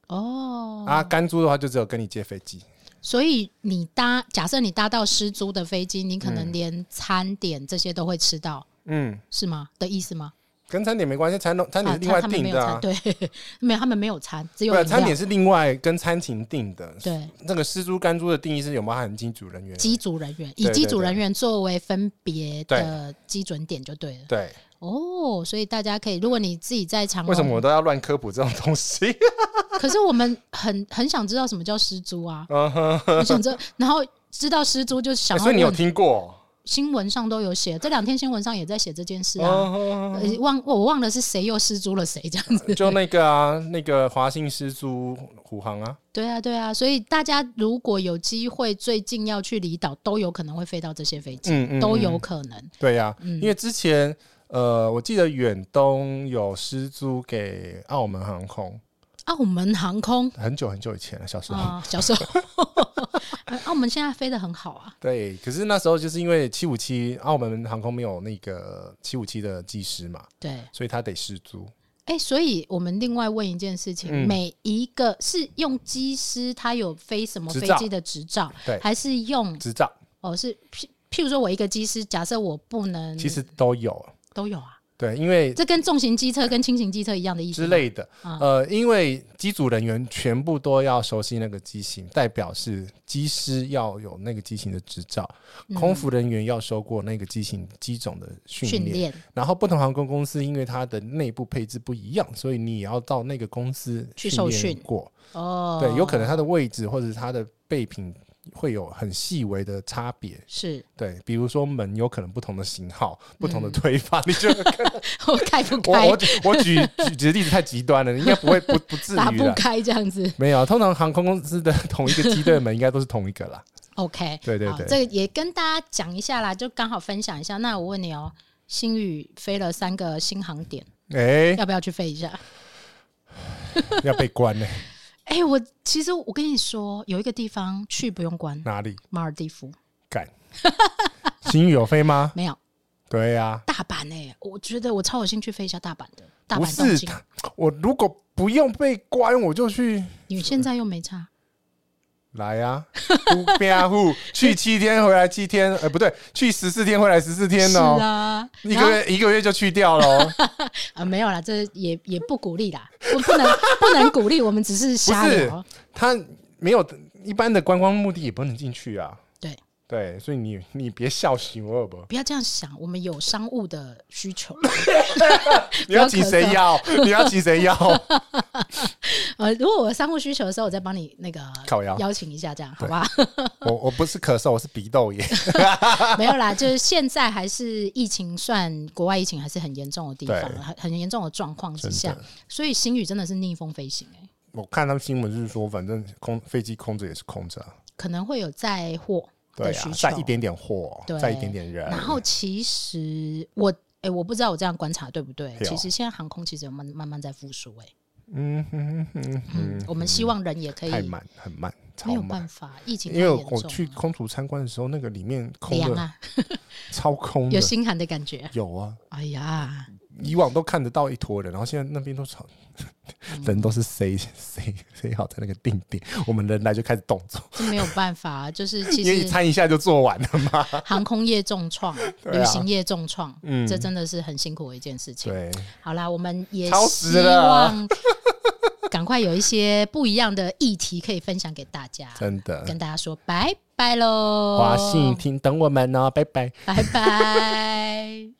哦，啊，干租的话就只有跟你借飞机。 所以你搭，假设你搭到湿租的飞机，你可能连餐点这些都会吃到，嗯，是吗？的意思吗？ 跟餐点没关系，餐餐点是另外订的、啊啊、 对，没有，他们没有餐，只有饮料。 餐点是另外跟餐勤订的。 对， 那个湿租干租的定义是有包含机组人员， 机组人员以机组人员作为分别的基准点就对了。 对。 哦，所以大家可以，如果你自己在长荣， 为什么我都要乱科普这种东西？ 可是我们很很想知道什么叫湿租啊，很想知道，然后知道湿租就想要、欸， 所以你有听过？ 新闻上都有写，这两天新闻上也在写这件事啊。呃、忘我忘了是谁又失租了谁这样子。 就那个啊，那个华信失租虎航啊。 对啊，对啊，所以大家如果有机会，最近要去离岛，都有可能会飞到这些飞机，嗯嗯嗯都有可能。 对呀、啊嗯，因为之前呃，我记得远东有失租给澳门航空。 澳门航空很久很久以前了，小时候， 啊、小时候，澳门现在飞得很好啊。 对，可是那时候就是因为七五七，澳门航空没有那个七五七的技师嘛， 对， 所以他得失租。 哎、欸，所以我们另外问一件事情，嗯、每一个是用机师他有飞什么飞机的执照， 对， 还是用执照？ 哦，是譬譬如说我一个机师，假设我不能， 其实都有， 都有啊。 对，因为这跟重型机车跟轻型机车一样的意思之类的、嗯、呃，因为机组人员全部都要熟悉那个机型，代表是机师要有那个机型的执照、嗯、空服人员要受过那个机型机种的训练，然后不同航空公司因为它的内部配置不一样，所以你也要到那个公司去受训过哦。 对，有可能它的位置或者是它的备品会有很细微的差别， 是对，比如说门有可能不同的型号、嗯、不同的推法，你就我开不开？ 我我举我举举的例子太极端了，应该不会不不至于打不开这样子。 没有，通常航空公司的同一个机队门应该都是同一个啦。 OK， 对对对， 这个也跟大家讲一下啦，就刚好分享一下。那我问你哦，星宇飞了三个新航点，哎、欸，要不要去飞一下？ 要被关呢、欸。 哎、欸，我其实我跟你说，有一个地方去不用关， 哪里？ 马尔地夫。 干，星宇有飞吗？ 没有。 对呀、啊， 大阪哎、欸，我觉得我超有兴趣飞一下大阪的。大阪不是，我如果不用被关，我就去。 你现在又没差。 来啊，去七天回来七天，哎、欸，不对，去十四天回来十四天哦。 是啊， 一个月一个月就去掉了。 啊，没有啦，这也也不鼓励啦，不不能不能鼓励，我们只是瞎聊。 他没有一般的观光目的也不能进去啊。 对对，所以你你别笑醒我好不好？ 不要这样想，我们有商务的需求。 你要请谁要？你要请谁要？ 呃，如果我有商务需求的时候，我再帮你那个靠腰邀请一下，这样好吧？ 我我不是咳嗽，我是鼻窦炎。 没有啦，就是现在还是疫情算国外疫情还是很严重的地方，很很严重的状况之下，所以星宇真的是逆风飞行哎、欸。 我看他们新闻是说，反正空飞机空着也是空着、啊， 可能会有载货的需求， 载、啊、一点点货，载一点点人。 然后其实我哎、欸，我不知道我这样观察对不对？其实现在航空其实有慢慢慢在复苏哎。嗯哼哼哼嗯，我们希望人也可以。 太慢，很慢， 没有办法，疫情太严重。 因为我去空厨参观的时候，那个里面空的、啊、超空的， 有心寒的感觉。 有啊， 哎呀， 以往都看得到一坨人，然后现在那边都超。人都是塞塞塞好在那个定点，我们人来就开始动作， 这没有办法，就是其实因为参一下就做完了嘛。 航空业重创、啊，旅行业重创，嗯，这真的是很辛苦的一件事情。 对， 好啦，我们也希望赶快有一些不一样的议题可以分享给大家。 真的， 跟大家说拜拜喽！ 华信听等我们哦，拜拜， 拜拜。